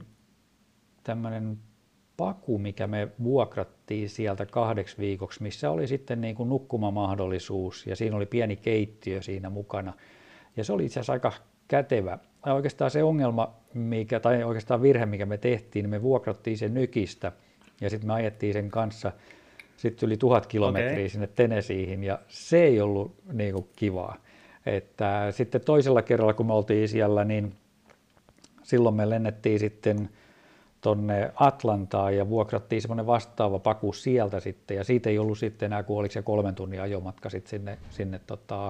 tämmöinen paku, mikä me vuokrattiin sieltä 2 viikoksi, missä oli sitten niin kuin nukkumamahdollisuus ja siinä oli pieni keittiö siinä mukana. Ja se oli itse asiassa aika kätevä. Ja oikeastaan se ongelma, tai oikeastaan virhe, mikä me tehtiin, niin me vuokrattiin sen Nykistä ja sitten me ajettiin sen kanssa sitten yli 1000 kilometriä sinne Tennesseeihin ja se ei ollut niin kuin kivaa. Että sitten toisella kerralla, kun me oltiin siellä, niin silloin me lennettiin sitten tonne Atlantaan ja vuokrattiin semmoinen vastaava paku sieltä sitten ja siitä ei ollut sitten enää, kun oliko se 3 tunnin ajomatka sitten sinne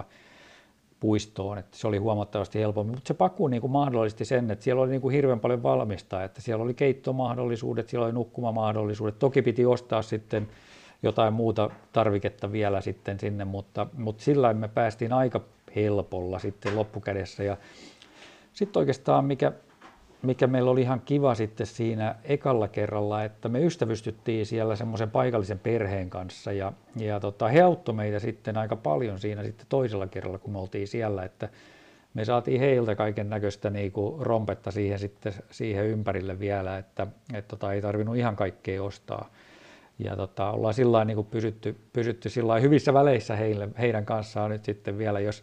puistoon, että se oli huomattavasti helpommin, mutta se paku niin kuin mahdollisti sen, että siellä oli niin kuin hirveän paljon valmistaa, että siellä oli keittomahdollisuudet, siellä oli nukkumamahdollisuudet, toki piti ostaa sitten jotain muuta tarviketta vielä sitten sinne, mutta sillä me päästiin aika helpolla sitten loppukädessä ja sitten oikeastaan mikä meillä oli ihan kiva sitten siinä ekalla kerralla, että me ystävystyttiin siellä semmoisen paikallisen perheen kanssa ja he auttoi meitä sitten aika paljon siinä sitten toisella kerralla, kun me oltiin siellä, että me saatiin heiltä kaiken näköistä niinku rompetta siihen ympärille vielä, että ei tarvinnut ihan kaikkea ostaa. Ja ollaan sillain niinku pysytty sillain hyvissä väleissä heidän kanssaan nyt sitten vielä, jos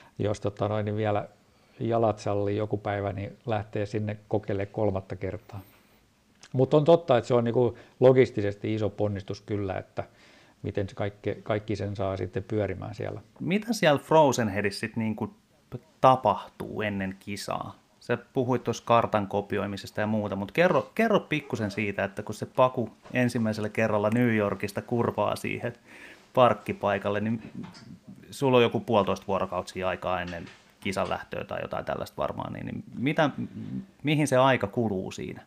niin vielä jalat sallii joku päivä, niin lähtee sinne kokeilemaan 3. kertaa. Mutta on totta, että se on niinku logistisesti iso ponnistus kyllä, että miten se kaikki sen saa sitten pyörimään siellä. Mitä siellä Frozen Headissä sitten niinku tapahtuu ennen kisaa? Sä puhuit tuossa kartan kopioimisesta ja muuta, mutta kerro pikkusen siitä, että kun se paku ensimmäisellä kerralla New Yorkista kurvaa siihen parkkipaikalle, niin sulla on joku 1,5 vuorokautsia aikaa ennen kisan lähtöä tai jotain tällaista varmaan, niin mihin se aika kuluu siinä?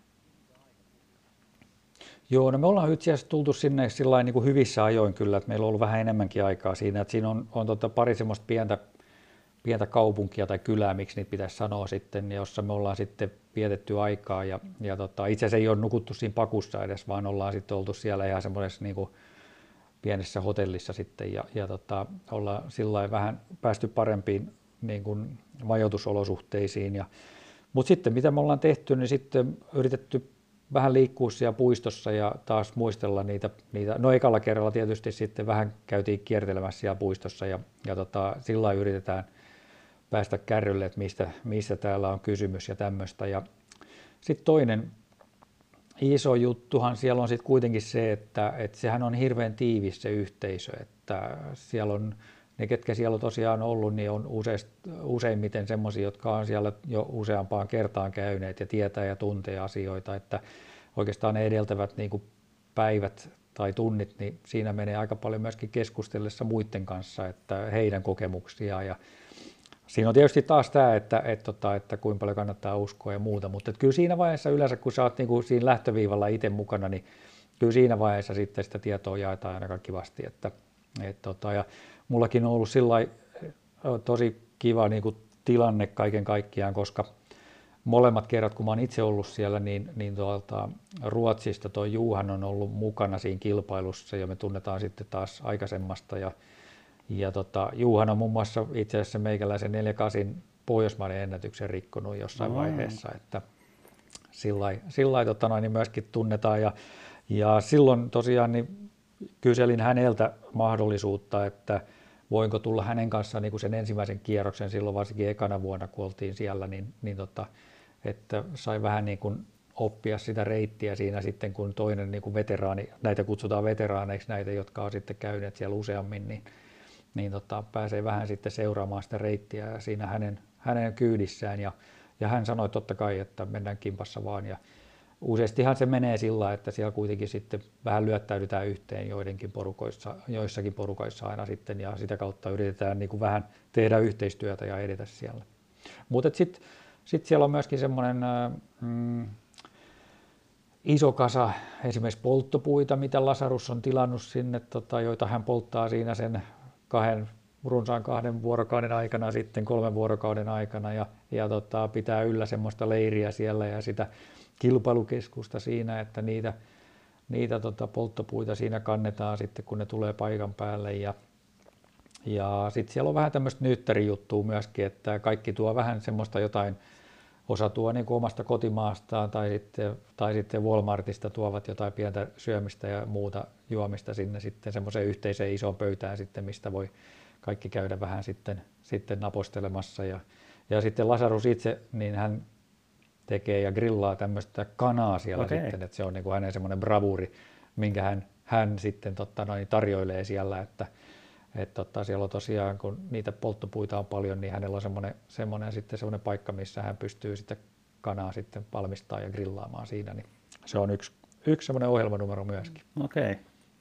Joo, no me ollaan itse asiassa tultu sinne sillain niin kuin hyvissä ajoin kyllä, että meillä on ollut vähän enemmänkin aikaa siinä, että siinä on pari semmoista pientä kaupunkia tai kylää, miksi niitä pitäisi sanoa sitten, jossa me ollaan sitten vietetty aikaa ja itse asiassa ei ole nukuttu siinä pakussa edes, vaan ollaan sitten oltu siellä ihan semmoisessa niin kuin pienessä hotellissa sitten ja ollaan sillain vähän päästy parempiin niin kuin majoitusolosuhteisiin. Mutta sitten mitä me ollaan tehty, niin sitten yritetty vähän liikkua siellä puistossa ja taas muistella niitä. No ekalla kerralla tietysti sitten vähän käytiin kiertelemässä siellä puistossa ja sillä lailla yritetään päästä kärrylle, että mistä täällä on kysymys ja tämmöistä. Ja sitten toinen iso juttuhan siellä on sitten kuitenkin se, että sehän on hirveän tiivis se yhteisö, että siellä on ne, ketkä siellä on tosiaan ollut, niin on useimmiten semmoisia, jotka on siellä jo useampaan kertaan käyneet ja tietää ja tuntee asioita, että oikeastaan ne edeltävät niin kuin päivät tai tunnit, niin siinä menee aika paljon myöskin keskustellessa muiden kanssa, että heidän kokemuksiaan ja Siinä on tietysti taas tämä, että kuinka paljon kannattaa uskoa ja muuta, mutta kyllä siinä vaiheessa yleensä, kun sä oot niinku siinä lähtöviivalla itse mukana, niin kyllä siinä vaiheessa sitten sitä tietoa jaetaan aina kivasti. Ja mullakin on ollut sillai tosi kiva niinku tilanne kaiken kaikkiaan, koska molemmat kerrat, kun mä oon itse ollut siellä, niin tuolta Ruotsista tuo Juhan on ollut mukana siinä kilpailussa ja me tunnetaan sitten taas aikaisemmasta. Juhan on muun muassa itse asiassa meikäläisen 4.8 Pohjoismaiden ennätyksen rikkonut jossain vaiheessa, että sillä niin myöskin tunnetaan. Ja silloin tosiaan niin kyselin häneltä mahdollisuutta, että voinko tulla hänen kanssaan niin kuin sen ensimmäisen kierroksen silloin varsinkin ekana vuonna, kun oltiin siellä, että sai vähän niin kuin oppia sitä reittiä siinä sitten, kun toinen niin kuin veteraani, näitä kutsutaan veteraaneiksi, näitä, jotka on sitten käyneet siellä useammin, niin pääsee vähän sitten seuraamaan sitä reittiä ja siinä hänen kyydissään. Ja hän sanoi totta kai, että mennään kimpassa vaan. Ja useastihan se menee sillä, että siellä kuitenkin sitten vähän lyöttäydytään yhteen joissakin porukoissa aina sitten ja sitä kautta yritetään niin kuin vähän tehdä yhteistyötä ja edetä siellä. Mutta sitten siellä on myöskin semmoinen iso kasa esimerkiksi polttopuita, mitä Lasarus on tilannut sinne, joita hän polttaa siinä sen runsaan 2 vuorokauden aikana, sitten 3 vuorokauden aikana ja pitää yllä semmoista leiriä siellä ja sitä kilpailukeskusta siinä, että niitä polttopuita siinä kannetaan sitten, kun ne tulee paikan päälle ja sitten siellä on vähän tämmöistä nyyttärijuttua myöskin, että kaikki tuo vähän semmoista jotain, osa tuo niin kuin omasta kotimaastaan tai sitten Walmartista tuovat jotain pientä syömistä ja muuta juomista sinne sitten semmoiseen yhteiseen isoon pöytään sitten, mistä voi kaikki käydä vähän sitten napostelemassa ja sitten Lasarus itse, niin hän tekee ja grillaa tämmöistä kanaa siellä sitten, että se on niin kuin hänen semmoinen bravuuri, minkä hän sitten tarjoilee siellä, että siellä on tosiaan, kun niitä polttopuita on paljon, niin hänellä on semmoinen paikka, missä hän pystyy sitten kanaa sitten valmistaa ja grillaamaan siinä, niin se on yksi semmoinen ohjelmanumero myöskin. Okei.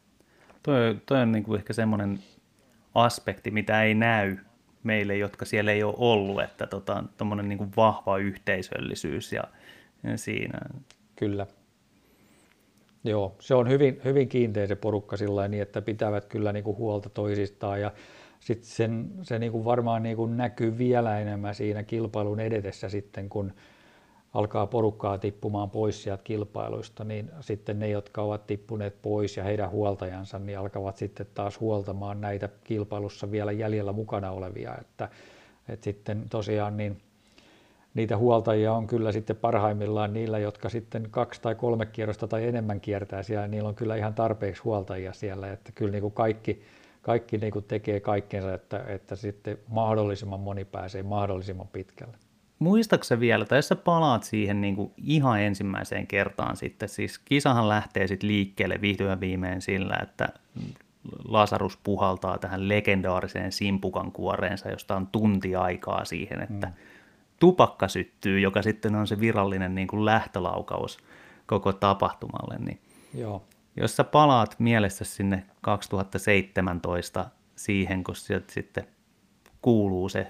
Toi on niin kuin ehkä semmoinen aspekti, mitä ei näy meille, jotka siellä ei ole ollut, että tommoinen niin kuin vahva yhteisöllisyys ja siinä. Kyllä. Joo, se on hyvin, hyvin kiinteä se porukka sillain, niin, että pitävät kyllä niin kuin huolta toisistaan ja sitten se niin kuin varmaan niin kuin näkyy vielä enemmän siinä kilpailun edetessä sitten, kun alkaa porukkaa tippumaan pois sieltä kilpailuista, niin sitten ne, jotka ovat tippuneet pois ja heidän huoltajansa, niin alkavat sitten taas huoltamaan näitä kilpailussa vielä jäljellä mukana olevia, että sitten tosiaan niin niitä huoltajia on kyllä sitten parhaimmillaan niillä, jotka sitten 2 tai 3 kierrosta tai enemmän kiertää siellä, niillä on kyllä ihan tarpeeksi huoltajia siellä, että kyllä niin kuin kaikki niin kuin tekee kaikkensa, että sitten mahdollisimman moni pääsee mahdollisimman pitkälle. Muistaaksä vielä, tai jos sä palaat siihen niin kuin ihan ensimmäiseen kertaan sitten, siis kisahan lähtee sitten liikkeelle vihdoin viimein sillä, että Lasarus puhaltaa tähän legendaariseen simpukan kuoreensa, josta on tunti aikaa siihen, että tupakka syttyy, joka sitten on se virallinen niin kuin lähtölaukaus koko tapahtumalle. Niin joo. Jos sä palaat mielessä sinne 2017 siihen, kun sieltä sitten kuuluu se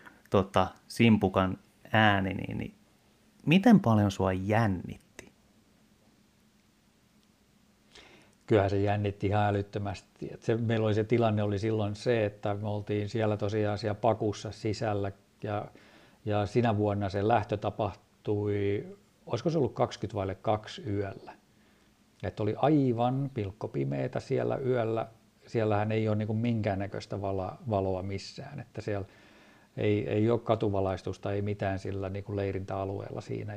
simpukan ääni, niin miten paljon sua jännitti? Kyllähän se jännitti ihan älyttömästi. Meillä oli se tilanne oli silloin se, että me oltiin siellä tosiaan siellä pakussa sisällä ja sinä vuonna se lähtö tapahtui, olisiko se ollut 2 yöllä. Että oli aivan pilkkopimeätä siellä yöllä. Siellähän ei ole niin kuin minkäännäköistä valoa missään, että siellä ei ole katuvalaistusta, ei mitään sillä niin kuin leirintäalueella siinä.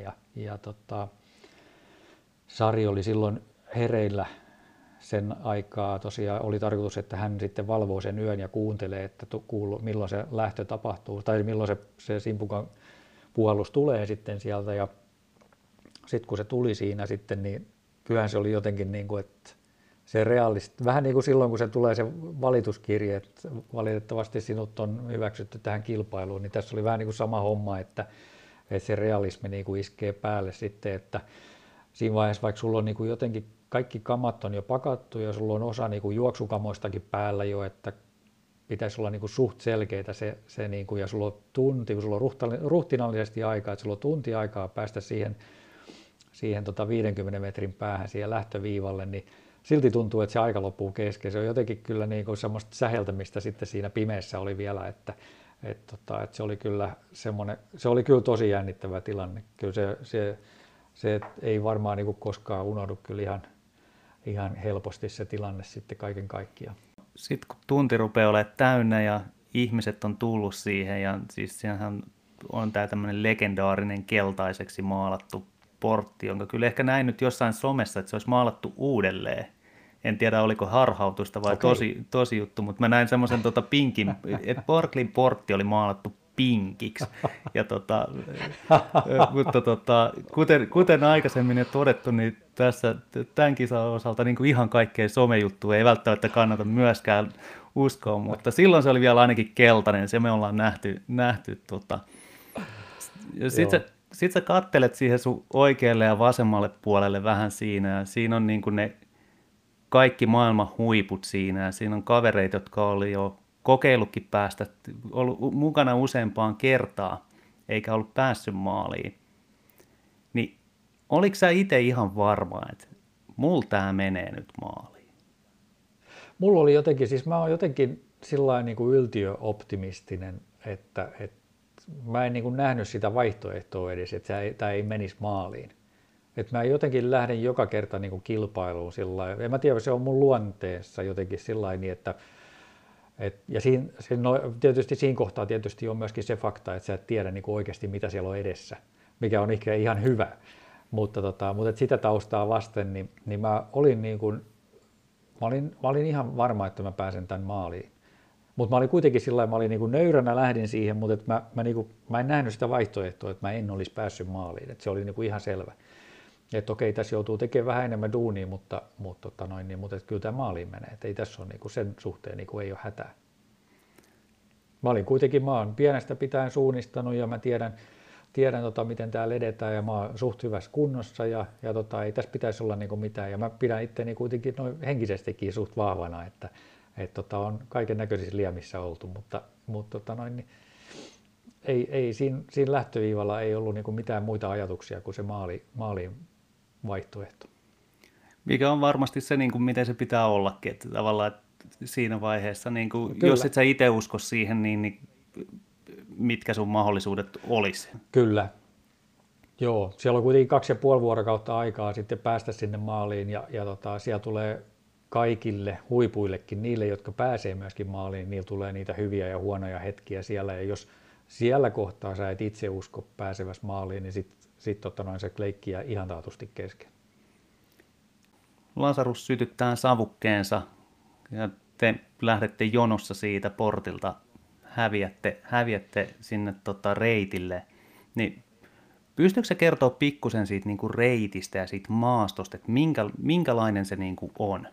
Sari oli silloin hereillä sen aikaa. Tosiaan oli tarkoitus, että hän sitten valvoo sen yön ja kuuntelee, että milloin se lähtö tapahtuu tai milloin se simpukan puhallus tulee sitten sieltä. Ja sitten kun se tuli siinä sitten, niin kyllähän se oli jotenkin niin kuin, että se realistisesti, vähän niin kuin silloin, kun se tulee se valituskirje, että valitettavasti sinut on hyväksytty tähän kilpailuun, niin tässä oli vähän niin kuin sama homma, että se realismi niin kuin iskee päälle sitten, että siinä vaiheessa, vaikka sulla on niin kuin jotenkin kaikki kamat on jo pakattu ja sulla on osa niin kuin juoksukamoistakin päällä jo, että pitäisi olla niin kuin suht selkeitä se niin kuin, ja sulla on tunti, kun sulla on ruhtinallisesti aikaa, että sulla on tunti aikaa päästä siihen 50 metrin päähän siihen lähtöviivalle, niin silti tuntuu, että se aika loppuu kesken. Se on jotenkin kyllä niin kuin semmoista säheltämistä sitten siinä pimeässä oli vielä, että se oli kyllä semmoinen, se oli kyllä tosi jännittävä tilanne. Kyllä se ei varmaan niin kuin koskaan unohdu kyllä ihan helposti se tilanne sitten kaiken kaikkiaan. Sitten kun tunti rupeaa olemaan täynnä ja ihmiset on tullut siihen, ja siis siinähän on tämä tämmöinen legendaarinen keltaiseksi maalattu portti, jonka kyllä ehkä näin nyt jossain somessa, että se olisi maalattu uudelleen. En tiedä, oliko harhautusta vai tosi juttu, mutta mä näin semmoisen pinkin, että Barclayn portti oli maalattu pinkiksi. Ja mutta kuten aikaisemmin jo todettu, niin tässä tämän kisan osalta niin kuin ihan kaikkea somejuttua ei välttämättä kannata myöskään uskoa, mutta silloin se oli vielä ainakin keltainen, se me ollaan nähty. Ja sit sä kattelet siihen sun oikealle ja vasemmalle puolelle vähän siinä, ja siinä on niin kuin ne kaikki maailman huiput siinä, ja siinä on kavereita, jotka oli jo kokeillutkin päästä, ollut mukana useampaan kertaa, eikä ollut päässyt maaliin. Niin oliko sä itse ihan varma, että mulla tää menee nyt maaliin? Mulla oli jotenkin, siis mä oon jotenkin sillain niin kuin yltiöoptimistinen, että mä en niin kuin nähnyt sitä vaihtoehtoa edes, että tämä ei menisi maaliin. Että mä jotenkin lähden joka kerta niin kuin kilpailuun sillain, en mä tiedä, se on mun luonteessa jotenkin sillain niin, ja tietysti siinä kohtaa tietysti on myöskin se fakta, että sä et tiedä niin kuin oikeasti mitä siellä on edessä, mikä on ehkä ihan hyvä. Mutta sitä taustaa vasten, niin mä olin ihan varma, että mä pääsen tämän maaliin. Mutta mä olin kuitenkin sillä mä olin niin kuin nöyränä lähdin siihen, mutta mä en nähnyt sitä vaihtoehtoa, että mä en olisi päässyt maaliin. Et se oli niin kuin ihan selvä. Että okei, tässä joutuu tekemään vähän enemmän duunia, mutta kyllä tämä maaliin menee. Et ei tässä ole niin kuin sen suhteen niin kuin ei ole hätää. Mä oon pienestä pitäen suunnistanut ja mä tiedän miten täällä edetään ja mä oon suht hyvässä kunnossa ja ei tässä pitäisi olla niin kuin mitään. Ja mä pidän itteni kuitenkin noin henkisestikin suht vahvana, että on kaiken näköisissä liemissä oltu, mutta niin ei siinä lähtöviivalla ei ollut niin kuin mitään muita ajatuksia kuin se maaliin vaihtoehto. Mikä on varmasti se, niin kuin miten se pitää ollakin, että tavallaan että siinä vaiheessa, niin kuin, jos et sä itse usko siihen, niin mitkä sun mahdollisuudet olisi? Kyllä. Joo, siellä on kuitenkin 2,5 vuorokautta aikaa sitten päästä sinne maaliin ja siellä tulee kaikille huipuillekin, niille, jotka pääsee myöskin maaliin, niillä tulee niitä hyviä ja huonoja hetkiä siellä, ja jos siellä kohtaa sä et itse usko pääseväs maaliin, niin sit se leikki jää ihan taatusti kesken. Lasarus sytyttää savukkeensa, ja te lähdette jonossa siitä portilta, häviätte sinne reitille, niin pystyykö sä kertoa pikkusen siitä niin kuin reitistä ja siitä maastosta, että minkälainen se niin kuin on?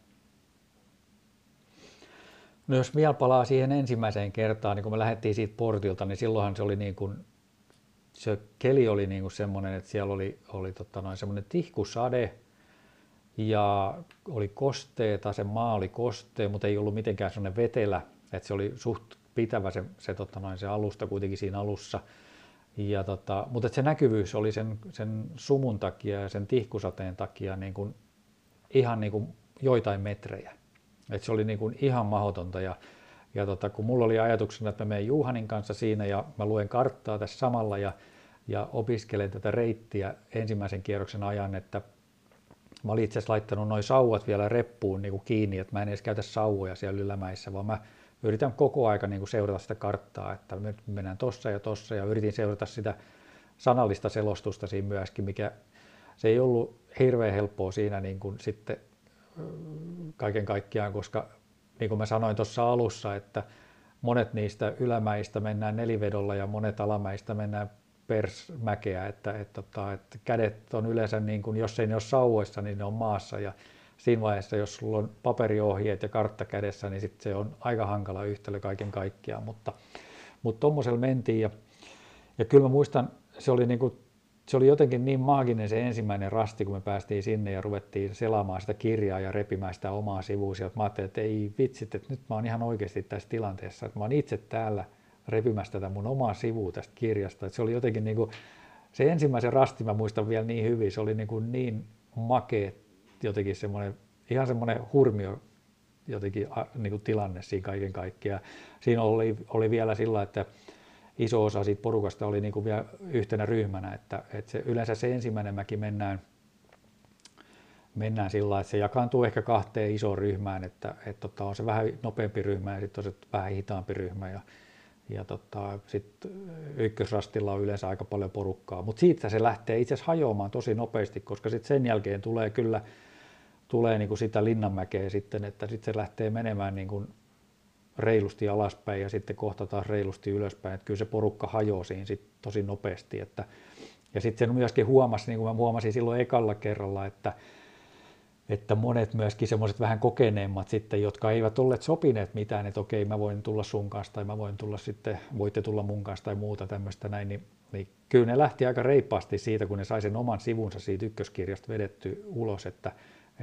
No jos vielä palaa siihen ensimmäiseen kertaan, niin kun me lähdettiin siitä portilta, niin silloinhan se oli niin kuin, se keli oli niin kuin semmoinen, että siellä oli semmoinen tihkusade ja oli kosteeta, se maa oli kostea, mutta ei ollut mitenkään semmoinen vetelä, että se oli suht pitävä se alusta kuitenkin siinä alussa. Ja mutta se näkyvyys oli sen sumun takia ja sen tihkusateen takia niin kuin, ihan niin kuin joitain metrejä. Et se oli niin kuin ihan mahdotonta ja kun mulla oli ajatuksena, että mä menen Juhanin kanssa siinä ja mä luen karttaa tässä samalla ja opiskelen tätä reittiä ensimmäisen kierroksen ajan, että mä olin itse asiassa laittanut noi sauvat vielä reppuun niin kuin kiinni, että mä en edes käytä sauvoja siellä ylämäissä, vaan mä yritän koko aika niin kuin seurata sitä karttaa, että nyt mennään tossa ja yritin seurata sitä sanallista selostusta siinä myöskin, mikä se ei ollut hirveän helppoa siinä niin kuin sitten kaiken kaikkiaan, koska niin kuin mä sanoin tuossa alussa, että monet niistä ylämäistä mennään nelivedolla ja monet alamäistä mennään persmäkeä, että kädet on yleensä, niin kuin, jos ei ne ole sauvoissa, niin ne on maassa ja siinä vaiheessa, jos sulla on paperiohjeet ja kartta kädessä, niin sit se on aika hankala yhtälö kaiken kaikkiaan, mutta tommosella mentiin ja kyllä mä muistan, se oli jotenkin niin maaginen se ensimmäinen rasti, kun me päästiin sinne ja ruvettiin selaamaan sitä kirjaa ja repimään sitä omaa sivuusia. Mä ajattelin, että ei vitsit, että nyt mä oon ihan oikeasti tässä tilanteessa, että mä oon itse täällä repimässä tätä mun omaa sivua tästä kirjasta. Että se oli jotenkin niin kuin, se ensimmäisen rasti mä muistan vielä niin hyvin, se oli niin makea jotenkin semmoinen, ihan semmoinen hurmio jotenkin niin kuin tilanne siinä kaiken kaikkiaan. Siinä oli vielä sillä, että iso osa siitä porukasta oli niin kuin vielä yhtenä ryhmänä, että yleensä se ensimmäinen mäki mennään sillä lailla, että se jakaantuu ehkä kahteen isoon ryhmään, että on se vähän nopeampi ryhmä ja sitten on se vähän hitaampi ryhmä ja sitten ykkösrastilla on yleensä aika paljon porukkaa, mutta siitä se lähtee itse asiassa hajoamaan tosi nopeasti, koska sitten sen jälkeen tulee niin kuin sitä Linnanmäkeä sitten, että sitten se lähtee menemään niin kuin reilusti alaspäin ja sitten kohta taas reilusti ylöspäin, että kyllä se porukka hajoaa siinä sit tosi nopeasti. Ja sitten sen myöskin huomasi, niin kuin mä huomasin silloin ekalla kerralla, että monet myöskin semmoiset vähän kokeneemmat sitten, jotka eivät olleet sopineet mitään, että okei, mä voin tulla sun kanssa tai mä voin tulla sitten, voitte tulla mun kanssa tai muuta tämmöistä näin, niin kyllä ne lähti aika reippaasti siitä, kun ne sai sen oman sivunsa siitä ykköskirjasta vedetty ulos, että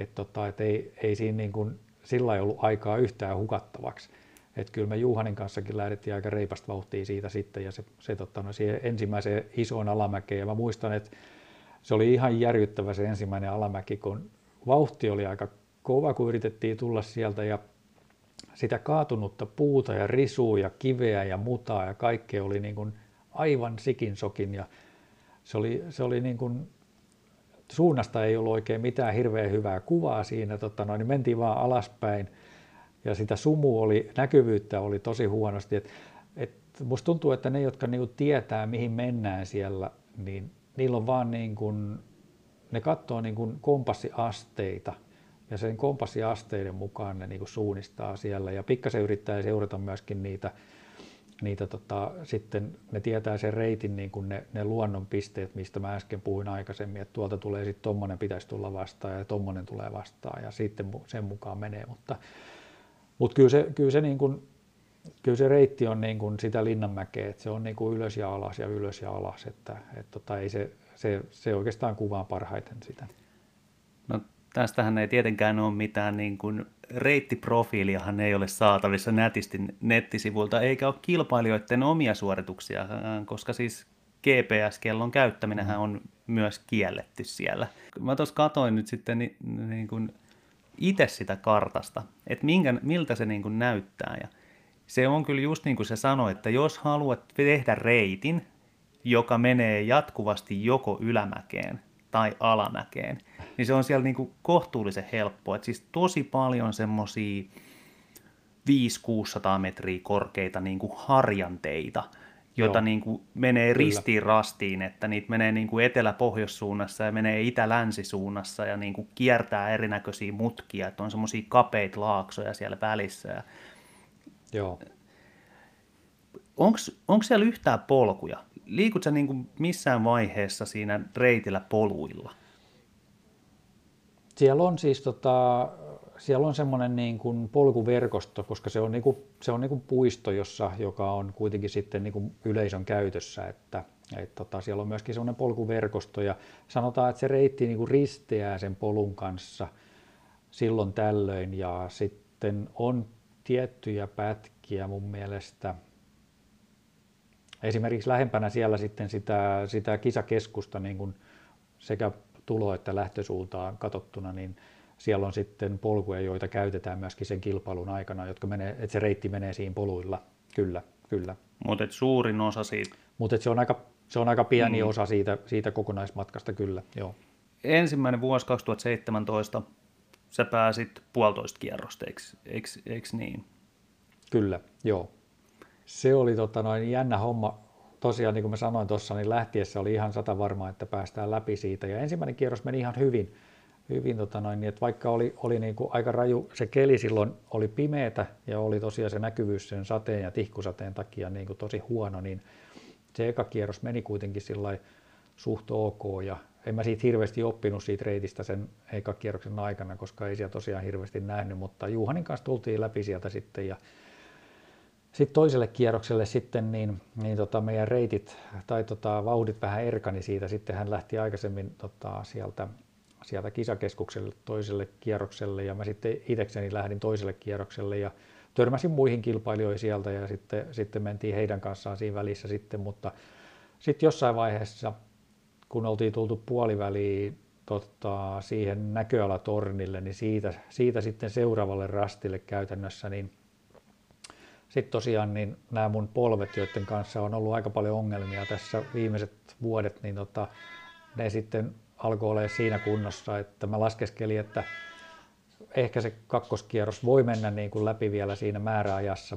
ei siinä niin kuin sillä ei ollut aikaa yhtään hukattavaksi. Että kyllä me Juhanin kanssakin lähdettiin aika reipasta vauhtia siitä sitten ja se siihen ensimmäiseen isoon alamäkeen. Ja mä muistan, että se oli ihan järkyttävä se ensimmäinen alamäki, kun vauhti oli aika kova, kun yritettiin tulla sieltä ja sitä kaatunutta puuta ja risua ja kiveä ja mutaa ja kaikkea oli niin kuin aivan sikinsokin ja se oli niin kuin, suunnasta ei ollut oikein mitään hirveän hyvää kuvaa siinä, niin mentiin vaan alaspäin. Ja sitä näkyvyyttä oli tosi huonosti. Musta tuntuu, että ne, jotka niinku tietää, mihin mennään siellä, niin niillä on vaan ne katsoo kompassiasteita. Ja sen kompassiasteiden mukaan ne niinku suunnistaa siellä. Ja pikkasen yrittää seurata myöskin niitä sitten ne tietää sen reitin, ne luonnonpisteet, mistä mä äsken puhuin aikaisemmin, että tuolta tulee sitten tommonen pitäisi tulla vastaan ja tommonen tulee vastaan ja sitten sen mukaan menee. Mutta kyllä se reitti on niin kuin sitä Linnanmäkeä, että se on niin kuin ylös ja alas, että ei se oikeastaan kuvaa parhaiten sitä. No tästähän ei tietenkään ole mitään niin kuin reittiprofiiliahan ei ole saatavissa nätisti nettisivuilta, eikä ole kilpailijoiden omia suorituksia, koska siis GPS-kellon käyttäminenhän on myös kielletty siellä. Mä tuossa katoin nyt sitten niin kuin itse sitä kartasta, että miltä se niin kuin näyttää. Ja se on kyllä just niin kuin se sanoi, että jos haluat tehdä reitin, joka menee jatkuvasti joko ylämäkeen tai alamäkeen, niin se on siellä niin kuin kohtuullisen helppoa. Että siis tosi paljon semmoisia 500-600 metriä korkeita niin kuin harjanteita, jota niin kuin menee ristiin rastiin, että niitä menee niin kuin etelä-pohjoissuunnassa ja menee itä-länsisuunnassa ja niin kuin kiertää erinäköisiä mutkia, että on semmoisia kapeita laaksoja siellä välissä. Joo. Onko siellä yhtään polkuja? Liikut sä niin kuin missään vaiheessa siinä reitillä poluilla? Siellä on siis siellä on semmoinen niin kuin polkuverkosto, koska se on niin kuin puisto, joka on kuitenkin sitten niin kuin yleisön käytössä, että siellä on myöskin semmoinen polkuverkosto ja sanotaan, että se reitti niin kuin risteää sen polun kanssa silloin tällöin ja sitten on tiettyjä pätkiä mun mielestä. Esimerkiksi lähempänä siellä sitten sitä kisakeskusta niin kuin sekä tulo- että lähtösuuntaan katsottuna, niin siellä on sitten polkuja, joita käytetään myöskin sen kilpailun aikana, että se reitti menee siinä poluilla, kyllä. Mutta suurin osa siitä. Mutta se on aika pieni osa siitä kokonaismatkasta, kyllä, joo. Ensimmäinen vuosi 2017, sä pääsit 1,5 kierrosta, eikö niin? Kyllä, joo. Se oli jännä homma. Tosiaan, niin kuin mä sanoin tuossa, niin lähtiessä oli ihan 100 varmaa, että päästään läpi siitä. Ja ensimmäinen kierros meni ihan hyvin niin että vaikka oli niin kuin aika raju se keli silloin, oli pimeätä ja oli tosiaan se näkyvyys sen sateen ja tihkusateen takia niin kuin tosi huono, niin se eka kierros meni kuitenkin sillai suht ok. Ja en mä siitä hirveästi oppinut siitä reitistä sen eka kierroksen aikana, koska ei siellä tosiaan hirveästi nähnyt, mutta Juhanin kanssa tultiin läpi sieltä sitten ja Sitten toiselle kierrokselle sitten meidän reitit tai vauhdit vähän erkani siitä. Sitten hän lähti aikaisemmin sieltä kisakeskukselle toiselle kierrokselle ja mä sitten itsekseni lähdin toiselle kierrokselle ja törmäsin muihin kilpailijoihin sieltä ja sitten mentiin heidän kanssaan siinä välissä sitten, mutta sitten jossain vaiheessa, kun oltiin tultu puoliväliin siihen näköalatornille, niin siitä sitten seuraavalle rastille käytännössä, niin sitten tosiaan niin nämä mun polvet, joiden kanssa on ollut aika paljon ongelmia tässä viimeiset vuodet, niin ne sitten alkoi olla siinä kunnossa, että mä laskeskelin, että ehkä se kakkoskierros voi mennä niin kuin läpi vielä siinä määräajassa,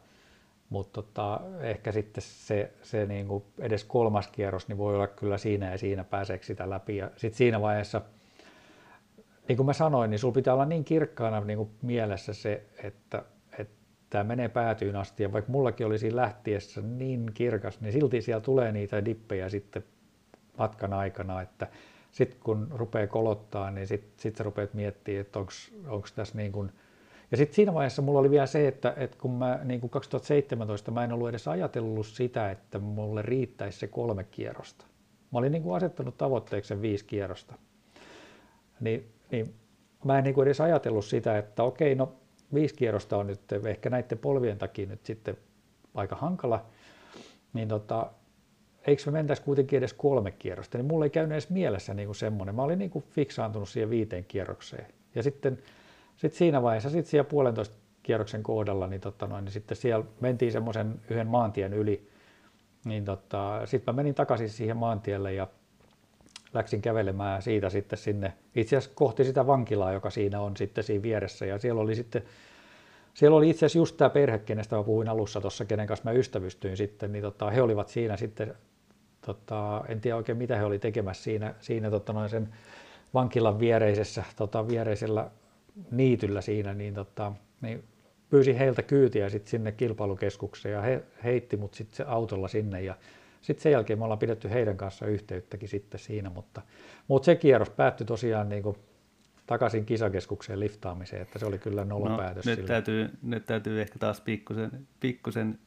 mutta ehkä sitten se niin kuin edes kolmas kierros niin voi olla kyllä siinä ja siinä pääseekö sitä läpi. Ja sitten siinä vaiheessa, niin kuin mä sanoin, niin sulla pitää olla niin kirkkaana niin kuin mielessä se, että tämä menee päätyyn asti. Ja vaikka mullakin oli siinä lähtiessä niin kirkas, niin silti siellä tulee niitä dippejä sitten matkan aikana, että sitten kun rupeaa kolottaa, niin sitten sä rupeat miettimään, että onko tässä niin kuin. Ja sitten siinä vaiheessa mulla oli vielä se, että kun mä niin kuin 2017 mä en ollut edes ajatellut sitä, että mulle riittäisi se 3 kierrosta. Mä olin niin kuin asettanut tavoitteeksi sen 5 kierrosta. Niin mä en niin kuin edes ajatellut sitä, että okei, no 5 kierrosta on nyt ehkä näiden polvien takia nyt sitten aika hankala, niin eikö me mentäisi kuitenkin edes 3 kierrosta, niin mulla ei käynyt edes mielessä niin kuin semmoinen. Mä olin niin kuin fiksaantunut siihen 5 kierrokseen. Ja sitten siinä vaiheessa, sitten siellä 1,5 kierroksen kohdalla, niin sitten siellä mentiin semmoisen yhden maantien yli, niin sitten mä menin takaisin siihen maantielle ja läksin kävelemään siitä sitten sinne, itse asiassa kohti sitä vankilaa, joka siinä on sitten siinä vieressä, ja siellä oli itse asiassa just tämä perhe, kenestä mä puhuin alussa tuossa, kenen kanssa mä ystävystyin sitten, niin he olivat siinä sitten, en tiedä oikein mitä he oli tekemässä siinä sen vankilan viereisellä niityllä siinä, niin pyysin heiltä kyytiä sitten sinne kilpailukeskukseen ja he heitti mut sitten autolla sinne ja sitten sen jälkeen me ollaan pidetty heidän kanssa yhteyttäkin sitten siinä, mutta se kierros päättyi tosiaan niin kuin takaisin kisakeskukseen liftaamiseen, että se oli kyllä nolopäätös. Nyt täytyy ehkä taas pikkusen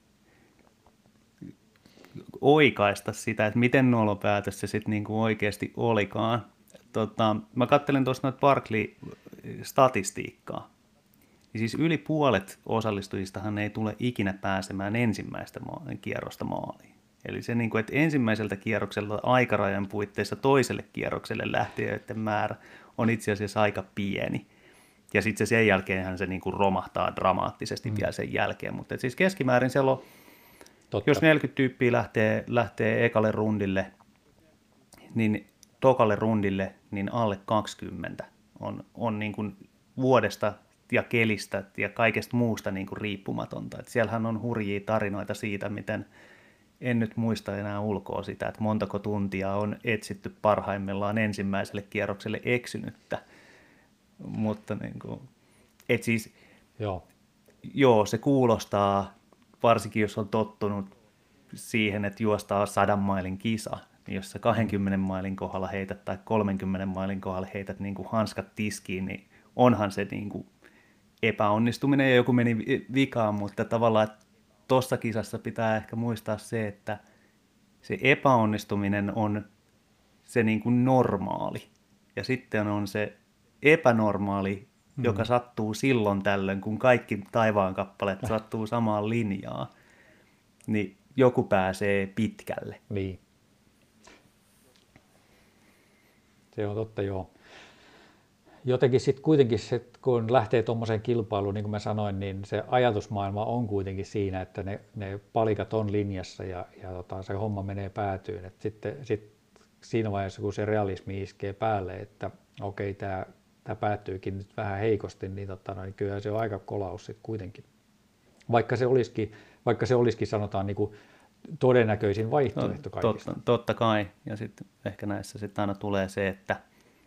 oikaista sitä, että miten nolopäätös se sitten niinku oikeasti olikaan. Mä katselin tuossa noita Barkley-statistiikkaa. Ja siis yli puolet osallistujistahan ei tule ikinä pääsemään ensimmäistä kierrosta maaliin. Eli se, niin kuin, että ensimmäiseltä kierrokselta aikarajan puitteissa toiselle kierrokselle lähtiöiden määrä on itse asiassa aika pieni. Ja sitten sen jälkeenhän se niin kuin romahtaa dramaattisesti vielä sen jälkeen. Mutta siis keskimäärin siellä on, jos 40 tyyppiä lähtee ekalle rundille, niin tokalle rundille niin alle 20 on niin kuin vuodesta ja kelistä ja kaikesta muusta niin kuin riippumatonta. Et siellähän on hurjia tarinoita siitä, miten en nyt muista enää ulkoa sitä, että montako tuntia on etsitty parhaimmillaan ensimmäiselle kierrokselle eksynyttä. Mutta niin kuin, et siis, joo, se kuulostaa, varsinkin jos on tottunut siihen, että juostaa 100 mailin kisa, niin jos sä 20 mailin kohdalla heität tai 30 mailin kohdalla heität niin kuin hanskat tiskiin, niin onhan se niin kuin epäonnistuminen ja joku meni vikaan, mutta tavallaan tuossa kisassa pitää ehkä muistaa se, että se epäonnistuminen on se niin kuin normaali ja sitten on se epänormaali, joka sattuu silloin tällöin, kun kaikki taivaankappaleet sattuu samaan linjaan, niin joku pääsee pitkälle. Niin. Se on totta, joo. Jotenkin sitten kuitenkin, kun lähtee tuommoiseen kilpailuun, niin kuin mä sanoin, niin se ajatusmaailma on kuitenkin siinä, että ne palikat on linjassa ja se homma menee päätyyn. Et sitten siinä vaiheessa, kun se realismi iskee päälle, että okei, tämä päättyykin nyt vähän heikosti, niin kyllä se on aika kolaus sitten kuitenkin. Vaikka se olisikin sanotaan niin kuin todennäköisin vaihtoehto kaikista. Totta kai, ja sitten ehkä näissä sitten aina tulee se, että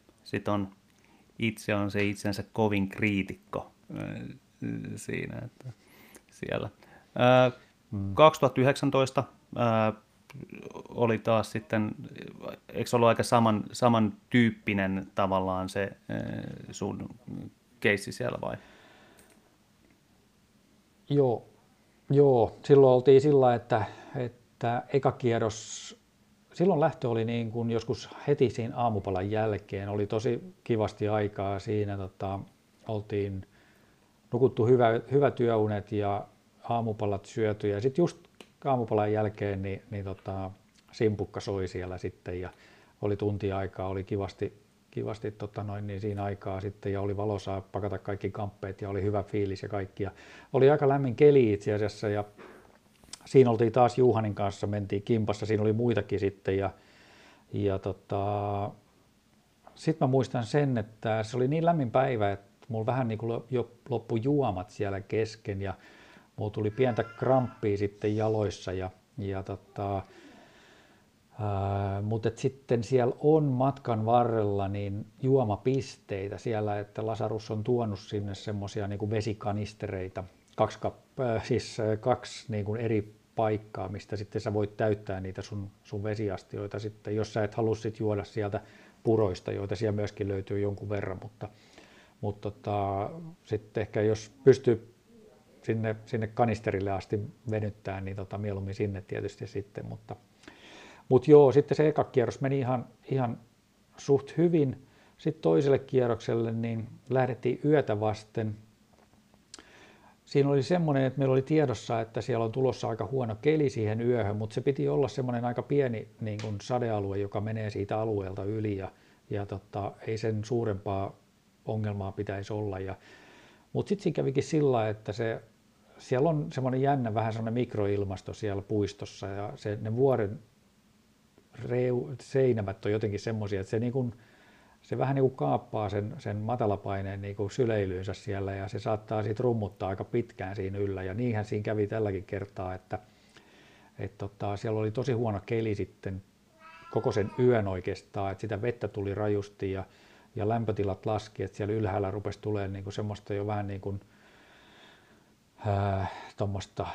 itse on se itsensä kovin kriitikko siinä, että siellä. 2019 oli taas sitten, eikö se ollut aika samantyyppinen tavallaan se sun keissi siellä vai? Joo, Joo, silloin oltiin sillä, että eka kierros, silloin lähtö oli niin kuin joskus heti siinä aamupalan jälkeen, oli tosi kivasti aikaa siinä, oltiin nukuttu hyvä työunet ja aamupalat syöty ja sitten just aamupalan jälkeen simpukka soi siellä sitten ja oli tunti aikaa, oli kivasti niin siinä aikaa sitten ja oli valosaa pakata kaikki kamppeet ja oli hyvä fiilis ja kaikki. Ja oli aika lämmin keli itse asiassa ja siinä oltiin taas Juhanin kanssa, mentiin kimpassa, siinä oli muitakin sitten ja sitten mä muistan sen, että se oli niin lämmin päivä, että mulla vähän niin kuin jo loppui juomat siellä kesken ja mulla tuli pientä kramppia sitten jaloissa mutta sitten siellä on matkan varrella niin juomapisteitä siellä, että Lasarus on tuonut sinne semmoisia niin kuin vesikanistereita, kaksi niin kuin eri paikkaa, mistä sitten sä voit täyttää niitä sun vesiastioita sitten, jos sä et halua sit juoda sieltä puroista, joita siellä myöskin löytyy jonkun verran, mutta sitten ehkä jos pystyy sinne kanisterille asti venyttää, niin mieluummin sinne tietysti sitten, mutta joo, sitten se eka kierros meni ihan suht hyvin. Sitten toiselle kierrokselle niin lähdettiin yötä vasten. Siinä oli semmoinen, että meillä oli tiedossa, että siellä on tulossa aika huono keli siihen yöhön, mutta se piti olla semmoinen aika pieni niin kuin sadealue, joka menee siitä alueelta yli ja ei sen suurempaa ongelmaa pitäisi olla. Mutta sitten siinä kävikin sillä, että siellä on semmoinen jännä, vähän semmoinen mikroilmasto siellä puistossa ja ne vuoren seinämät on jotenkin semmoisia, että se vähän niin kuin kaappaa sen matalapaineen niin kuin syleilyynsä siellä ja se saattaa siitä rummuttaa aika pitkään siinä yllä ja niinhän siinä kävi tälläkin kertaa, että siellä oli tosi huono keli sitten koko sen yön oikeastaan, että sitä vettä tuli rajusti ja lämpötilat laski, että siellä ylhäällä rupesi tulemaan niin kuin semmoista jo vähän niin kuin tuommoista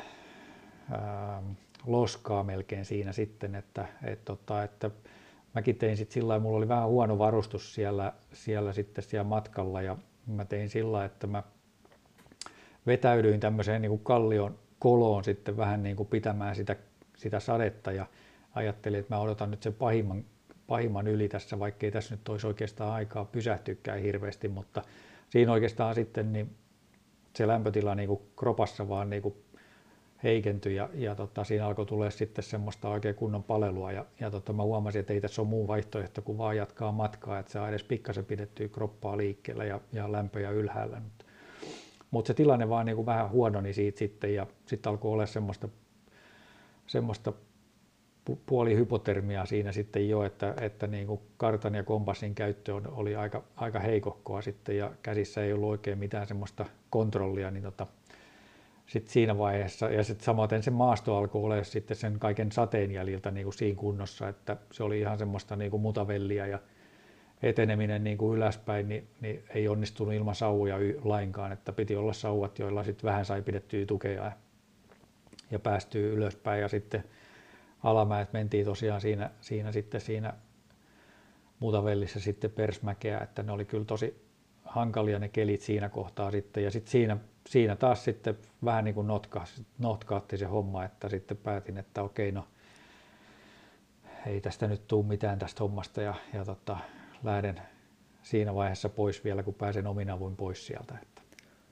loskaa melkein siinä sitten, että mäkin tein sitten sillä lailla, mulla oli vähän huono varustus siellä sitten siellä matkalla ja mä tein sillä lailla, että mä vetäydyin tämmöiseen niin kuin kallion koloon sitten vähän niin kuin pitämään sitä sadetta ja ajattelin, että mä odotan nyt sen pahimman yli tässä, vaikkei tässä nyt olisi oikeastaan aikaa pysähtyykään hirveästi, mutta siinä oikeastaan sitten niin se lämpötila niin kuin kropassa vaan niin kuin heikentyi ja siinä alkoi tulla sitten semmoista oikein kunnon palelua ja mä huomasin, että ei tässä ole muu vaihtoehto kuin vaan jatkaa matkaa, että saa edes pikkasen pidettyä kroppaa liikkeellä ja lämpöjä ylhäällä. Mutta se tilanne vaan niin kuin vähän huononi siitä sitten ja sitten alkoi olla semmoista puolihypotermiaa siinä sitten jo, että niin kuin kartan ja kompassin käyttö oli aika heikohkoa sitten ja käsissä ei ollut oikein mitään semmoista kontrollia, niin sitten siinä vaiheessa, ja sitten samaten se maasto alkoi olla sitten sen kaiken sateen jäljiltä niin kuin siinä kunnossa, että se oli ihan semmoista niin kuin mutavellia ja eteneminen niin kuin ylöspäin niin ei onnistunut ilman sauvoja lainkaan, että piti olla sauvat, joilla sitten vähän sai pidettyä tukea ja päästyä ylöspäin ja sitten alamäet mentiin tosiaan siinä mutavellissä sitten persmäkeä, että ne oli kyllä tosi hankalia ne kelit siinä kohtaa sitten ja sitten siinä taas sitten vähän niin kuin notkahti se homma, että sitten päätin, että okei, no ei tästä nyt tule mitään tästä hommasta ja lähden siinä vaiheessa pois vielä, kun pääsen omin avuin pois sieltä. Että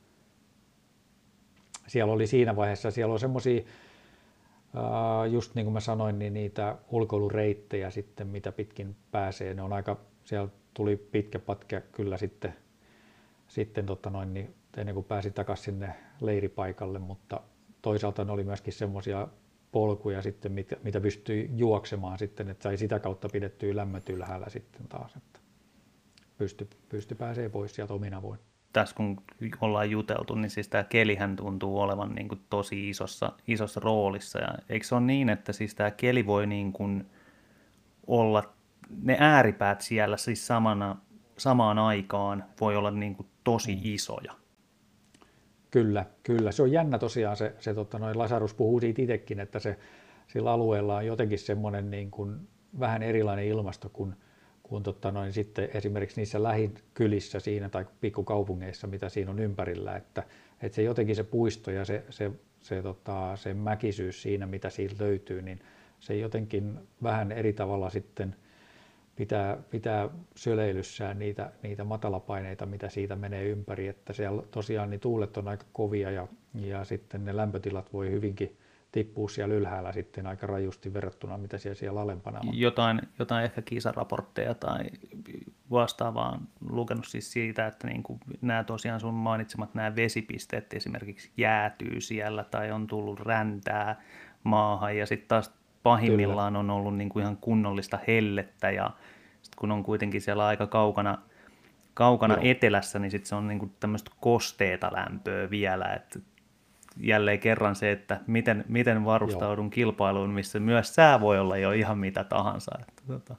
siellä oli siinä vaiheessa, siellä on semmoisia, just niin kuin mä sanoin, niin niitä ulkoilureittejä sitten, mitä pitkin pääsee, ne on siellä tuli pitkä pätkä kyllä sitten niin ennen kuin pääsi takaisin sinne leiripaikalle, mutta toisaalta ne oli myöskin semmoisia polkuja sitten, mitä pystyi juoksemaan sitten, että sai sitä kautta pidettyä lämmöt ylhäällä sitten taas, että pysty pääsee pois sieltä omin avuin. Tässä kun ollaan juteltu, niin siis tämä kelihän tuntuu olevan niin kuin tosi isossa roolissa. Ja eikö se ole niin, että siis tämä keli voi niin kuin olla, ne ääripäät siellä siis samaan aikaan voi olla niin kuin tosi isoja? Kyllä. Se on jännä tosiaan Lasarus puhuu siitä itsekin, että sillä alueella on jotenkin semmoinen niin kuin vähän erilainen ilmasto kuin sitten esimerkiksi niissä lähikylissä siinä tai pikkukaupungeissa, mitä siinä on ympärillä, että se jotenkin se puisto ja se mäkisyys siinä, mitä siitä löytyy, niin se jotenkin vähän eri tavalla sitten pitää syleilyssään niitä matalapaineita, mitä siitä menee ympäri, että siellä tosiaan niin tuulet on aika kovia ja sitten ne lämpötilat voi hyvinkin tippuu siellä ylhäällä sitten aika rajusti verrattuna mitä siellä alempana on. Jotain ehkä kisaraportteja tai vastaavaa on lukenut siis siitä, että niin kuin nämä tosiaan sun mainitsemat nämä vesipisteet esimerkiksi jäätyy siellä tai on tullut räntää maahan ja sitten taas pahimmillaan on ollut niin kuin ihan kunnollista hellettä ja sitten kun on kuitenkin siellä aika kaukana etelässä, niin sitten se on niin kuin tämmöistä kosteeta lämpöä vielä, että jälleen kerran se, että miten varustaudun kilpailuun, missä myös sää voi olla jo ihan mitä tahansa. Että,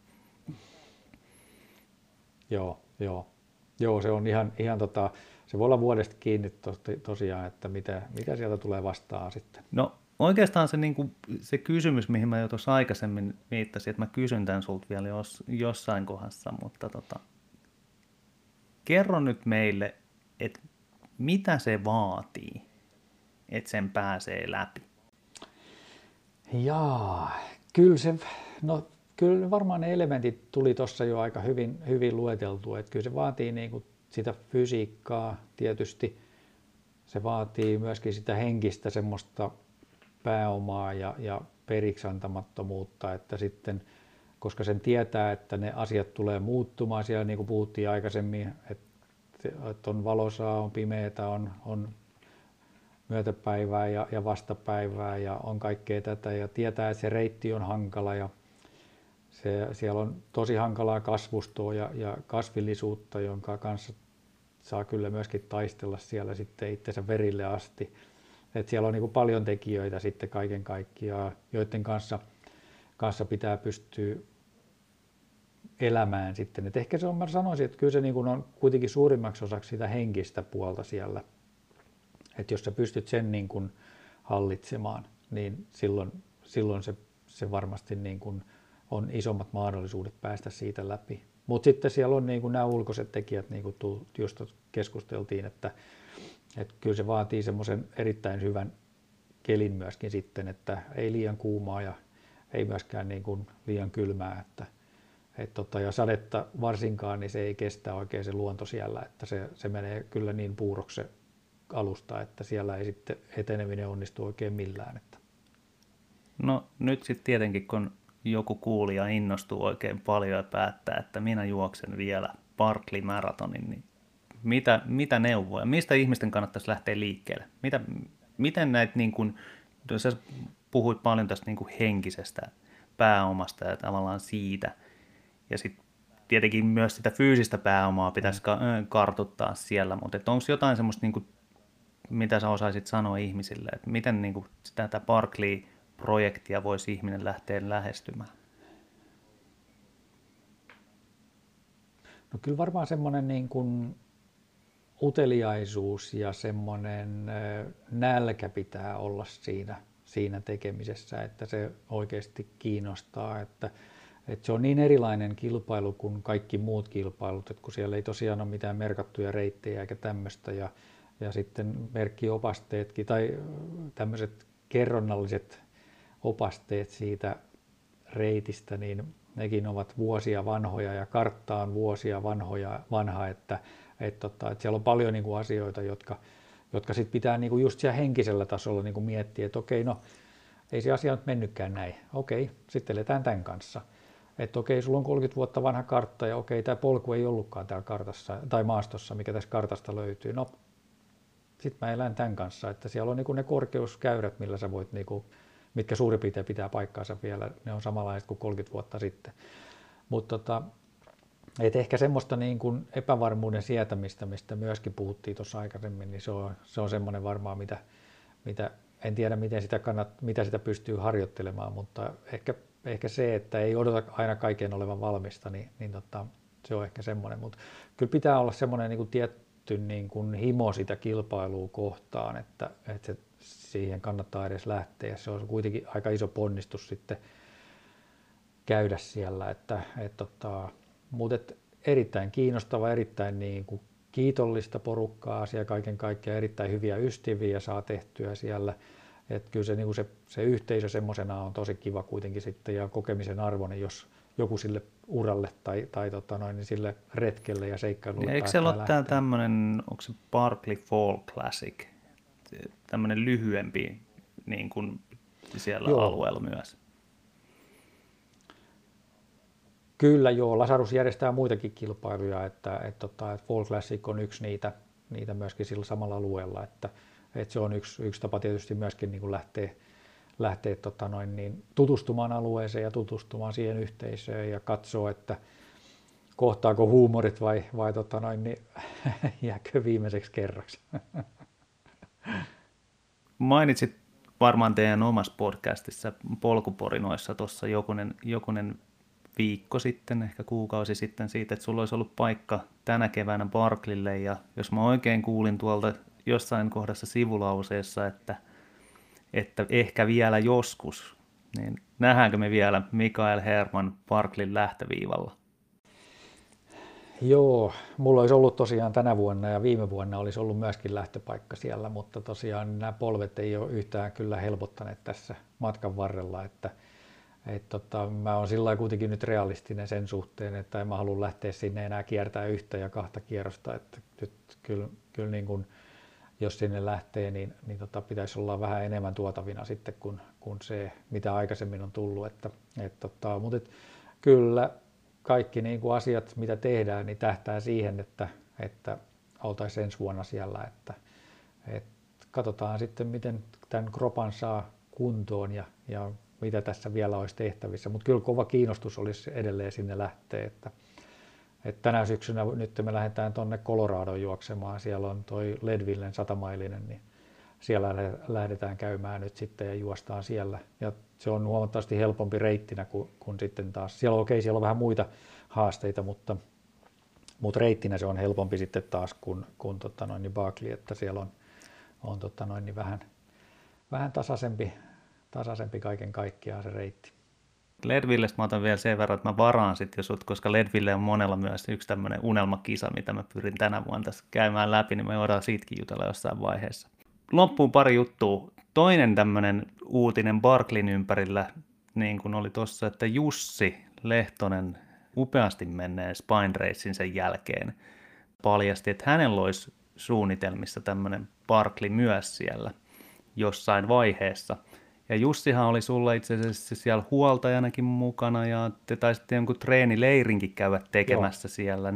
Joo, se on ihan se voi olla vuodesta kiinni tosiaan, että mitä sieltä tulee vastaan sitten. No oikeastaan se kysymys, mihin mä jo tuossa aikaisemmin viittasin, että mä kysyn tämän sulta vielä jossain kohdassa, mutta kerro nyt meille, että mitä se vaatii, että sen pääsee läpi? Kyllä varmaan ne elementit tuli tuossa jo aika hyvin lueteltua, että kyllä se vaatii niin kuin sitä fysiikkaa tietysti, se vaatii myöskin sitä henkistä semmoista pääomaa ja periksantamattomuutta, että sitten, koska sen tietää, että ne asiat tulee muuttumaan siellä, niin kuin puhuttiin aikaisemmin, että on valosaa, on pimeätä, on myötäpäivää ja vastapäivää ja on kaikkea tätä ja tietää, että se reitti on hankala ja siellä on tosi hankalaa kasvustoa ja kasvillisuutta, jonka kanssa saa kyllä myöskin taistella siellä sitten itsensä verille asti. Et siellä on niin kuin paljon tekijöitä sitten kaiken kaikkiaan, joiden kanssa pitää pystyä elämään sitten. Et ehkä se on, mä sanoisin, että kyllä se niin kuin on kuitenkin suurimmaksi osaksi sitä henkistä puolta siellä. Että jos sä pystyt sen niin kuin hallitsemaan, niin silloin se varmasti niin kuin on isommat mahdollisuudet päästä siitä läpi. Mutta sitten siellä on niin kuin nämä ulkoiset tekijät, niin kuin just keskusteltiin, että kyllä se vaatii semmoisen erittäin hyvän kelin myöskin sitten, että ei liian kuumaa ja ei myöskään niin kuin liian kylmää. Ja sadetta varsinkaan, niin se ei kestä oikein se luonto siellä, että se menee kyllä niin puuroksi se alusta, että siellä ei sitten eteneminen onnistu oikein millään. Että. No nyt sitten tietenkin, kun joku kuulija innostuu oikein paljon ja päättää, että minä juoksen vielä Barkley Maratonin, niin mitä neuvoja? Mistä ihmisten kannattaisi lähteä liikkeelle? Miten näitä, niin kun, sä puhuit paljon tästä niin kun henkisestä pääomasta ja tavallaan siitä, ja sitten tietenkin myös sitä fyysistä pääomaa pitäisi kartuttaa siellä, mutta onko jotain semmoista, niin kun, mitä sä osaisit sanoa ihmisille, että miten niin kun, tätä Barkley-projektia voisi ihminen lähteä lähestymään? No kyllä varmaan semmoinen niin kuin uteliaisuus ja semmoinen nälkä pitää olla siinä tekemisessä, että se oikeasti kiinnostaa, että se on niin erilainen kilpailu kuin kaikki muut kilpailut, että kun siellä ei tosiaan ole mitään merkattuja reittejä eikä tämmöistä ja sitten merkkiopasteetkin tai tämmöiset kerronnalliset opasteet siitä reitistä, niin nekin ovat vuosia vanhoja ja kartta on vuosia vanha, että siellä on paljon niin kuin asioita, jotka sit pitää niin kuin just siellä henkisellä tasolla niin kuin miettiä, että okei, no ei se asia nyt mennytkään näin. Okei, sitten eletään tämän kanssa. Että okei, sulla on 30 vuotta vanha kartta ja okei, tämä polku ei ollutkaan täällä kartassa tai maastossa, mikä tässä kartasta löytyy. No, sitten mä elän tämän kanssa, että siellä on niin kuin ne korkeuskäyrät, millä sä voit, niin kuin, mitkä suurin piirtein pitää paikkaansa vielä, ne on samanlaiset kuin 30 vuotta sitten. Mutta ehkä semmoista niin kuin epävarmuuden sietämistä, mistä myöskin puhuttiin tuossa aikaisemmin, niin se on semmoinen varmaan, mitä en tiedä, mitä sitä pystyy harjoittelemaan, mutta ehkä se, että ei odota aina kaiken olevan valmista, niin se on ehkä semmoinen. Mutta kyllä pitää olla semmoinen niin kuin tietty niin kuin himo sitä kilpailua kohtaan, että siihen kannattaa edes lähteä. Se on kuitenkin aika iso ponnistus sitten käydä siellä, että Mutta erittäin kiinnostava, erittäin niin kuin kiitollista porukkaa siellä kaiken kaikkiaan, erittäin hyviä ystäviä saa tehtyä siellä. Että kyllä se, niin kuin se yhteisö semmoisena on tosi kiva kuitenkin sitten ja kokemisen arvoinen, jos joku sille uralle tai niin sille retkelle ja seikkailulle eikö se ole tämä tämmöinen, onko se Barkley Fall Classic, tämmöinen lyhyempi niin kuin siellä alueella myös? Kyllä joo, Lasarus järjestää muitakin kilpailuja, että Fall Classic on yksi niitä myöskin sillä samalla alueella, että se on yksi tapa tietysti myöskin niin kuin lähteä tutustumaan alueeseen ja tutustumaan siihen yhteisöön ja katsoa, että kohtaako huumorit vai jääkö viimeiseksi kerraksi. Mainitsit varmaan teidän omassa podcastissa Polkuporinoissa tuossa jokunen viikko sitten, ehkä kuukausi sitten siitä, että sulla olisi ollut paikka tänä keväänä Barkleylle, ja jos mä oikein kuulin tuolta jossain kohdassa sivulauseessa, että ehkä vielä joskus, niin nähdäänkö me vielä Mikael Herman Barkleyn lähtöviivalla? Joo, mulla olisi ollut tosiaan tänä vuonna ja viime vuonna olisi ollut myöskin lähtöpaikka siellä, mutta tosiaan nämä polvet ei ole yhtään kyllä helpottaneet tässä matkan varrella, että mä oon sillä lailla kuitenkin nyt realistinen sen suhteen, että en mä halua lähteä sinne enää kiertää yhtä ja kahta kierrosta, että nyt kyllä niin kuin, jos sinne lähtee, niin pitäisi olla vähän enemmän tuotavina sitten kuin se, mitä aikaisemmin on tullut, mutta kyllä kaikki niin kuin asiat, mitä tehdään, niin tähtää siihen, että oltaisiin ensi vuonna siellä, että katsotaan sitten, miten tämän kropan saa kuntoon ja mitä tässä vielä olisi tehtävissä, mutta kyllä kova kiinnostus olisi edelleen sinne lähteä, että tänä syksynä nyt me lähdetään tuonne Coloradoon juoksemaan, siellä on toi Leadvillen 100-mailinen, niin siellä lähdetään käymään nyt sitten ja juostaan siellä, ja se on huomattavasti helpompi reittinä kuin sitten taas, siellä on vähän muita haasteita, mutta reittinä se on helpompi sitten taas kuin Barkley, että siellä on vähän tasaisempi kaiken kaikkiaan se reitti. Leadvillestä mä otan vielä sen verran, että mä varaan sitten, koska Leadville on monella myös yksi tämmöinen unelmakisa, mitä mä pyrin tänä vuonna tässä käymään läpi, niin me voidaan siitäkin jutella jossain vaiheessa. Loppuun pari juttua. Toinen tämmöinen uutinen Barkleyn ympärillä, niin kuin oli tuossa, että Jussi Lehtonen upeasti menneen Spine Racen sen jälkeen paljasti, että hänellä olisi suunnitelmissa tämmöinen Barkley myös siellä jossain vaiheessa. Ja Jussihan oli sulla itse asiassa siellä huoltajanakin mukana ja te taisitte jonkun treenileirinkin käydä tekemässä siellä,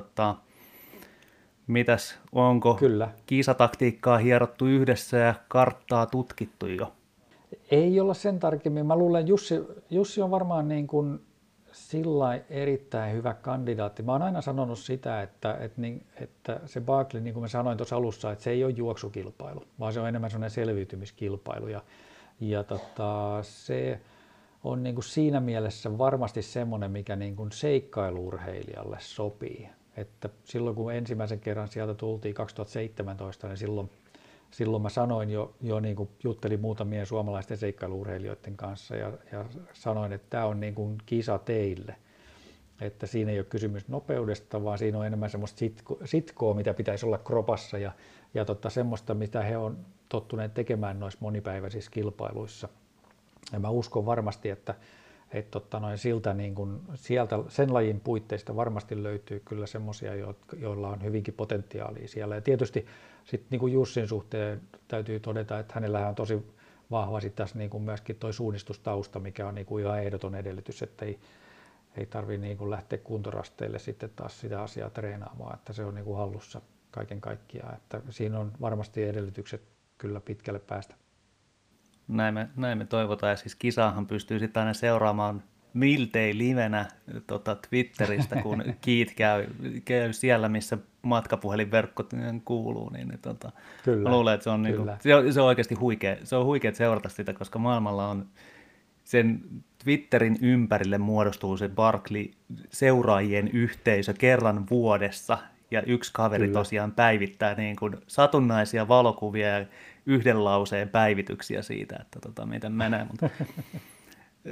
mitäs, onko Kyllä. Kisataktiikkaa hierottu yhdessä ja karttaa tutkittu jo? Ei olla sen tarkemmin. Mä luulen, että Jussi on varmaan niin kuin sillä erittäin hyvä kandidaatti. Mä oon aina sanonut sitä, että se Barkley, niin kuin mä sanoin tuossa alussa, että se ei ole juoksukilpailu, vaan se on enemmän sellainen selviytymiskilpailu. Ja se on niin kuin siinä mielessä varmasti semmoinen, mikä niin kuin seikkailu-urheilijalle sopii. Että silloin kun ensimmäisen kerran sieltä tultiin 2017, niin silloin mä sanoin jo niin kuin juttelin muutamien suomalaisten seikkailu-urheilijoiden kanssa ja sanoin, että tämä on niin kuin kisa teille. Että siinä ei ole kysymys nopeudesta, vaan siinä on enemmän semmoista sitkoa, mitä pitäisi olla kropassa ja semmoista, mitä he on tottuneet tekemään noissa monipäiväisissä kilpailuissa. Ja mä uskon varmasti, että siltä niin kuin sieltä sen lajin puitteista varmasti löytyy kyllä semmoisia, joilla on hyvinkin potentiaalia siellä. Ja tietysti sitten niin kuin Jussin suhteen täytyy todeta, että hänellähän on tosi vahva sitten tässä niin kuin myöskin toi suunnistustausta, mikä on niin kuin ihan ehdoton edellytys, että ei tarvitse niin kuin lähteä kuntorasteille sitten taas sitä asiaa treenaamaan, että se on niin kuin hallussa kaiken kaikkiaan. Että siinä on varmasti edellytykset kyllä pitkälle päästä. Näin me toivotaan, ja siis kisaahan pystyy sitten aina seuraamaan miltei livenä Twitteristä, kun Keith käy siellä, missä matkapuhelinverkko kuuluu, mä luulen, että se on oikeasti huikea. Se on huikea seurata sitä, koska maailmalla on sen Twitterin ympärille muodostuu se Barkley-seuraajien yhteisö kerran vuodessa, ja yksi kaveri tosiaan päivittää niin kuin satunnaisia valokuvia ja yhden lauseen päivityksiä siitä, että miten menee. Mutta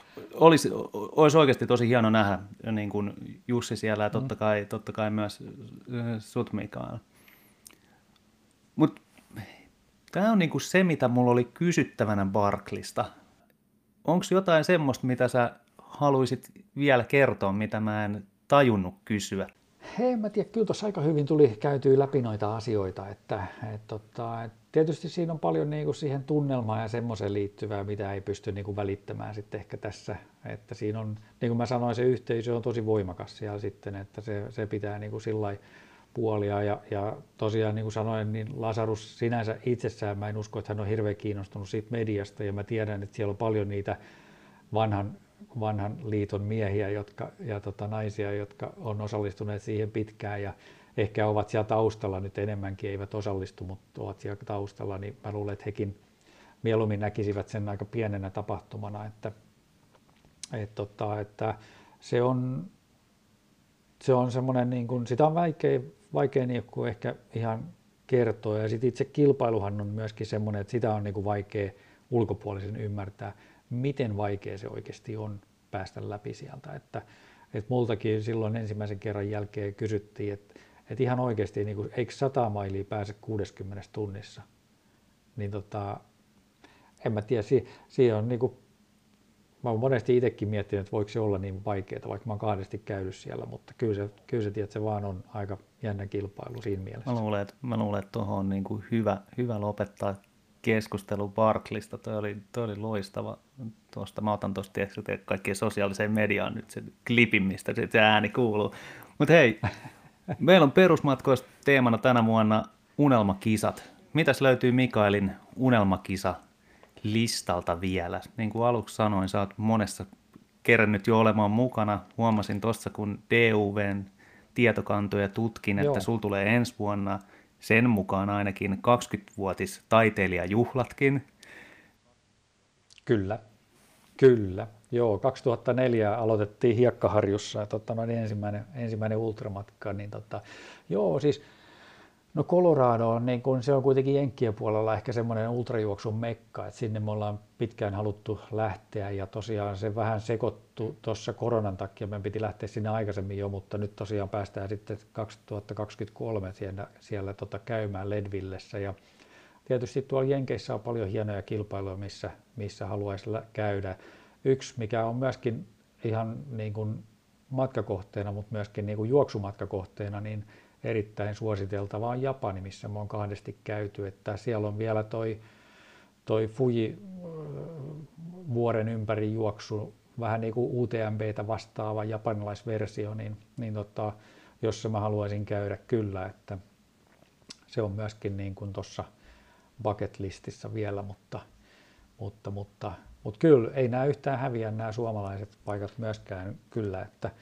Olisi oikeasti tosi hieno nähdä niin kuin Jussi siellä ja totta kai myös sut, Mikael. Mutta tämä on niin kuin se, mitä mulla oli kysyttävänä Barklista. Onko jotain semmoista, mitä sä haluaisit vielä kertoa, mitä mä en tajunnut kysyä? Hei, mä tiedän, kyllä tuossa aika hyvin tuli käytyä läpi noita asioita, että tietysti siinä on paljon niin kuin siihen tunnelmaan ja semmoiseen liittyvää, mitä ei pysty niin kuin välittämään sitten ehkä tässä, että siinä on, niin kuin mä sanoin, se yhteisö on tosi voimakas siellä sitten, että se pitää niin kuin sillai puolia ja tosiaan niin kuin sanoin, niin Lasarus sinänsä itsessään, mä en usko, että hän on hirveän kiinnostunut siitä mediasta ja mä tiedän, että siellä on paljon niitä vanhan liiton miehiä ja naisia, jotka on osallistuneet siihen pitkään ja ehkä ovat siellä taustalla nyt enemmänkin, eivät osallistu, mutta ovat siellä taustalla, niin mä luulen, että hekin mieluummin näkisivät sen aika pienenä tapahtumana, että se on semmoinen, niin kuin, sitä on vaikea niin kuin ehkä ihan kertoa ja sitten itse kilpailuhan on myöskin semmoinen, että sitä on niin kuin vaikea ulkopuolisen ymmärtää, miten vaikea se oikeasti on päästä läpi sieltä. Että multakin silloin ensimmäisen kerran jälkeen kysyttiin, että ihan oikeasti, niin kuin, eikö 100 mailia pääse 60 tunnissa? Niin en mä tiedä, siinä on niin kuin, mä oon monesti itsekin miettinyt, että voiko se olla niin vaikeaa, vaikka mä oon kahdesti käynyt siellä, mutta kyllä se tiedät, se vaan on aika jännä kilpailu siinä mielessä. Mä luulen, että tuohon on niin kuin hyvä lopettaa keskustelu Barklista. Toi oli loistava. Mä otan tuosta kaikkien sosiaaliseen mediaan nyt sen klipin, mistä se ääni kuuluu. Mutta hei, meillä on perusmatkoista teemana tänä vuonna unelmakisat. Mitäs löytyy Mikaelin unelmakisa listalta vielä? Niin kuin aluksi sanoin, sä oot monessa kerännyt jo olemaan mukana. Huomasin tuossa, kun DUVn tietokantoja tutkin, että sulla tulee ensi vuonna sen mukaan ainakin 20-vuotis taiteilijajuhlatkin. Kyllä. Joo, 2004 aloitettiin Hiekkaharjussa ensimmäinen ultramatka. Niin joo, siis no Colorado on, niin kun, se on kuitenkin Jenkkien puolella ehkä semmoinen ultrajuoksun mekka, että sinne me ollaan pitkään haluttu lähteä ja tosiaan se vähän sekoittu tuossa koronan takia, meidän piti lähteä sinne aikaisemmin jo, mutta nyt tosiaan päästään sitten 2023 siellä käymään Leadvillessä ja tietysti tuolla Jenkeissä on paljon hienoja kilpailuja, missä haluaisi käydä. Yksi, mikä on myöskin ihan niin kuin matkakohteena, mutta myöskin niin kuin juoksumatkakohteena, niin erittäin suositeltava on Japani, missä me on kahdesti käyty, että siellä on vielä toi Fuji vuoren ympäri juoksu, vähän niin kuin UTMBtä vastaava japanilaisversio, jossa mä haluaisin käydä kyllä, että se on myöskin niin kuin tuossa bucket listissä vielä, mutta kyllä ei nämä yhtään häviä nämä suomalaiset paikat myöskään kyllä, että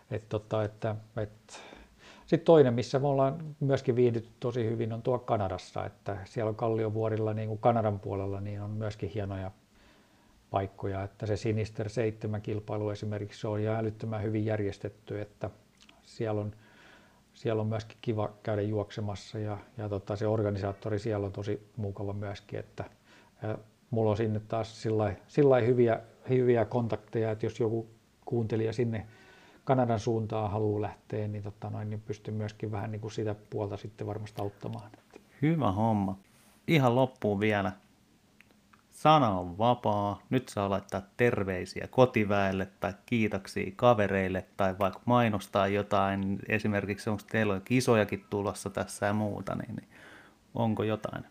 sitten toinen, missä me ollaan myöskin viihdytty tosi hyvin, on tuo Kanadassa, että siellä on Kalliovuorilla, niin kuin Kanadan puolella, niin on myöskin hienoja paikkoja, että se Sinister 7 kilpailu esimerkiksi on ihan älyttömän hyvin järjestetty, että siellä on myöskin kiva käydä juoksemassa ja se organisaattori siellä on tosi mukava myöskin, että mulla on sinne taas sillai hyviä kontakteja, että jos joku kuuntelija sinne Kanadan suuntaan haluaa lähteä, niin pystyy myöskin vähän niin kuin sitä puolta sitten varmasti auttamaan. Hyvä homma. Ihan loppuun vielä. Sana on vapaa. Nyt saa laittaa terveisiä kotiväelle tai kiitoksia kavereille tai vaikka mainostaa jotain. Esimerkiksi onko teillä kisojakin tulossa tässä ja muuta, niin onko jotain?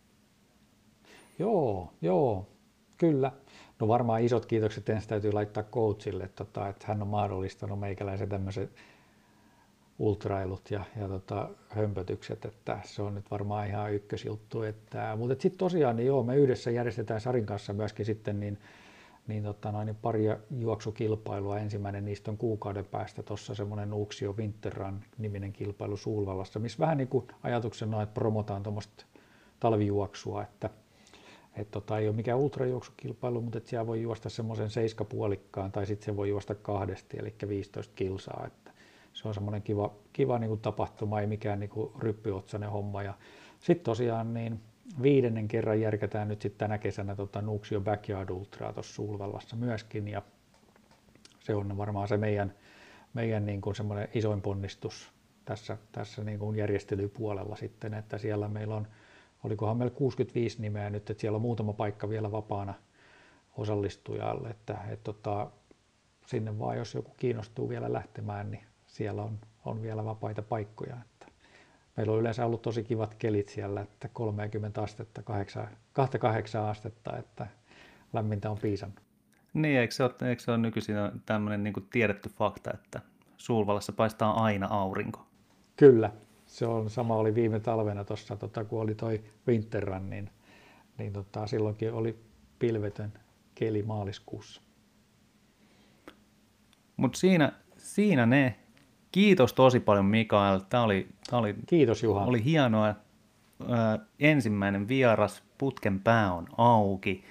Joo, kyllä. No varmaan isot kiitokset ensin täytyy laittaa coachille, että hän on mahdollistanut meikäläisen tämmöiset ultrailut ja hömpötykset, että se on nyt varmaan ihan ykkösjuttu. Mutta sitten tosiaan, niin joo, me yhdessä järjestetään Sarin kanssa myöskin sitten pari juoksukilpailua. Ensimmäinen niistä on kuukauden päästä tuossa semmoinen Nuuksio Winter Run-niminen kilpailu Suulvallassa, missä vähän niin kuin ajatuksena on, että promotaan tuommoista talvijuoksua, että ei ole mikään ultrajuoksukilpailu, mutta siellä voi juosta semmoisen 7,5 tai sitten se voi juosta kahdesti, eli 15 kilsaa. Että se on semmoinen kiva niin kuin tapahtuma, ei mikään niin kuin ryppyotsainen homma. Ja sitten tosiaan niin 5. kerran järkätään nyt sitten tänä kesänä Nuuksio Backyard Ultraa tuossa Suulvallassa myöskin. Ja se on varmaan se meidän niin kuin semmoinen isoin ponnistus tässä niin kuin järjestelypuolella sitten, että siellä meillä on, olikohan meillä 65 nimeä nyt, että siellä on muutama paikka vielä vapaana osallistujalle, että sinne vaan jos joku kiinnostuu vielä lähtemään, niin siellä on vielä vapaita paikkoja. Että meillä on yleensä ollut tosi kivat kelit siellä, että 30 astetta, 28 astetta, että lämmintä on piisannut. Niin, eikö se ole nykyisin tämmöinen niin kuin tiedetty fakta, että Sulvalassa paistaa aina aurinko? Kyllä, sama oli viime talvena tuossa, kun oli toi Winter Run, niin silloinkin oli pilvetön keli maaliskuussa. Mutta siinä ne. Kiitos tosi paljon Mikael. Kiitos Juha. Oli hienoa. Ensimmäinen vieras, putken pää on auki.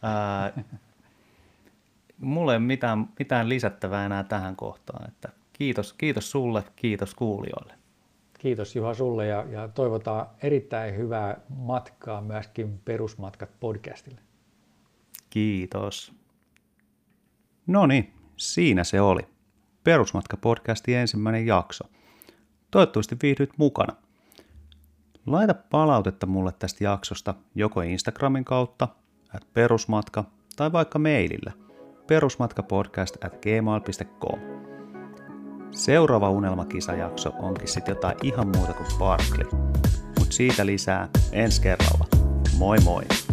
Mulla ei ole mitään lisättävää enää tähän kohtaan. Että kiitos sulle, kiitos kuulijoille. Kiitos Juha sulle ja toivotaan erittäin hyvää matkaa myöskin Perusmatkat podcastille. Kiitos. No niin, siinä se oli. Perusmatka-podcastin ensimmäinen jakso. Toivottavasti viihdyt mukana. Laita palautetta mulle tästä jaksosta joko Instagramin kautta, @perusmatka, tai vaikka mailillä perusmatkapodcast@gmail.com. Seuraava unelmakisajakso onkin sitten jotain ihan muuta kuin Barkley, mutta siitä lisää ensi kerralla. Moi moi!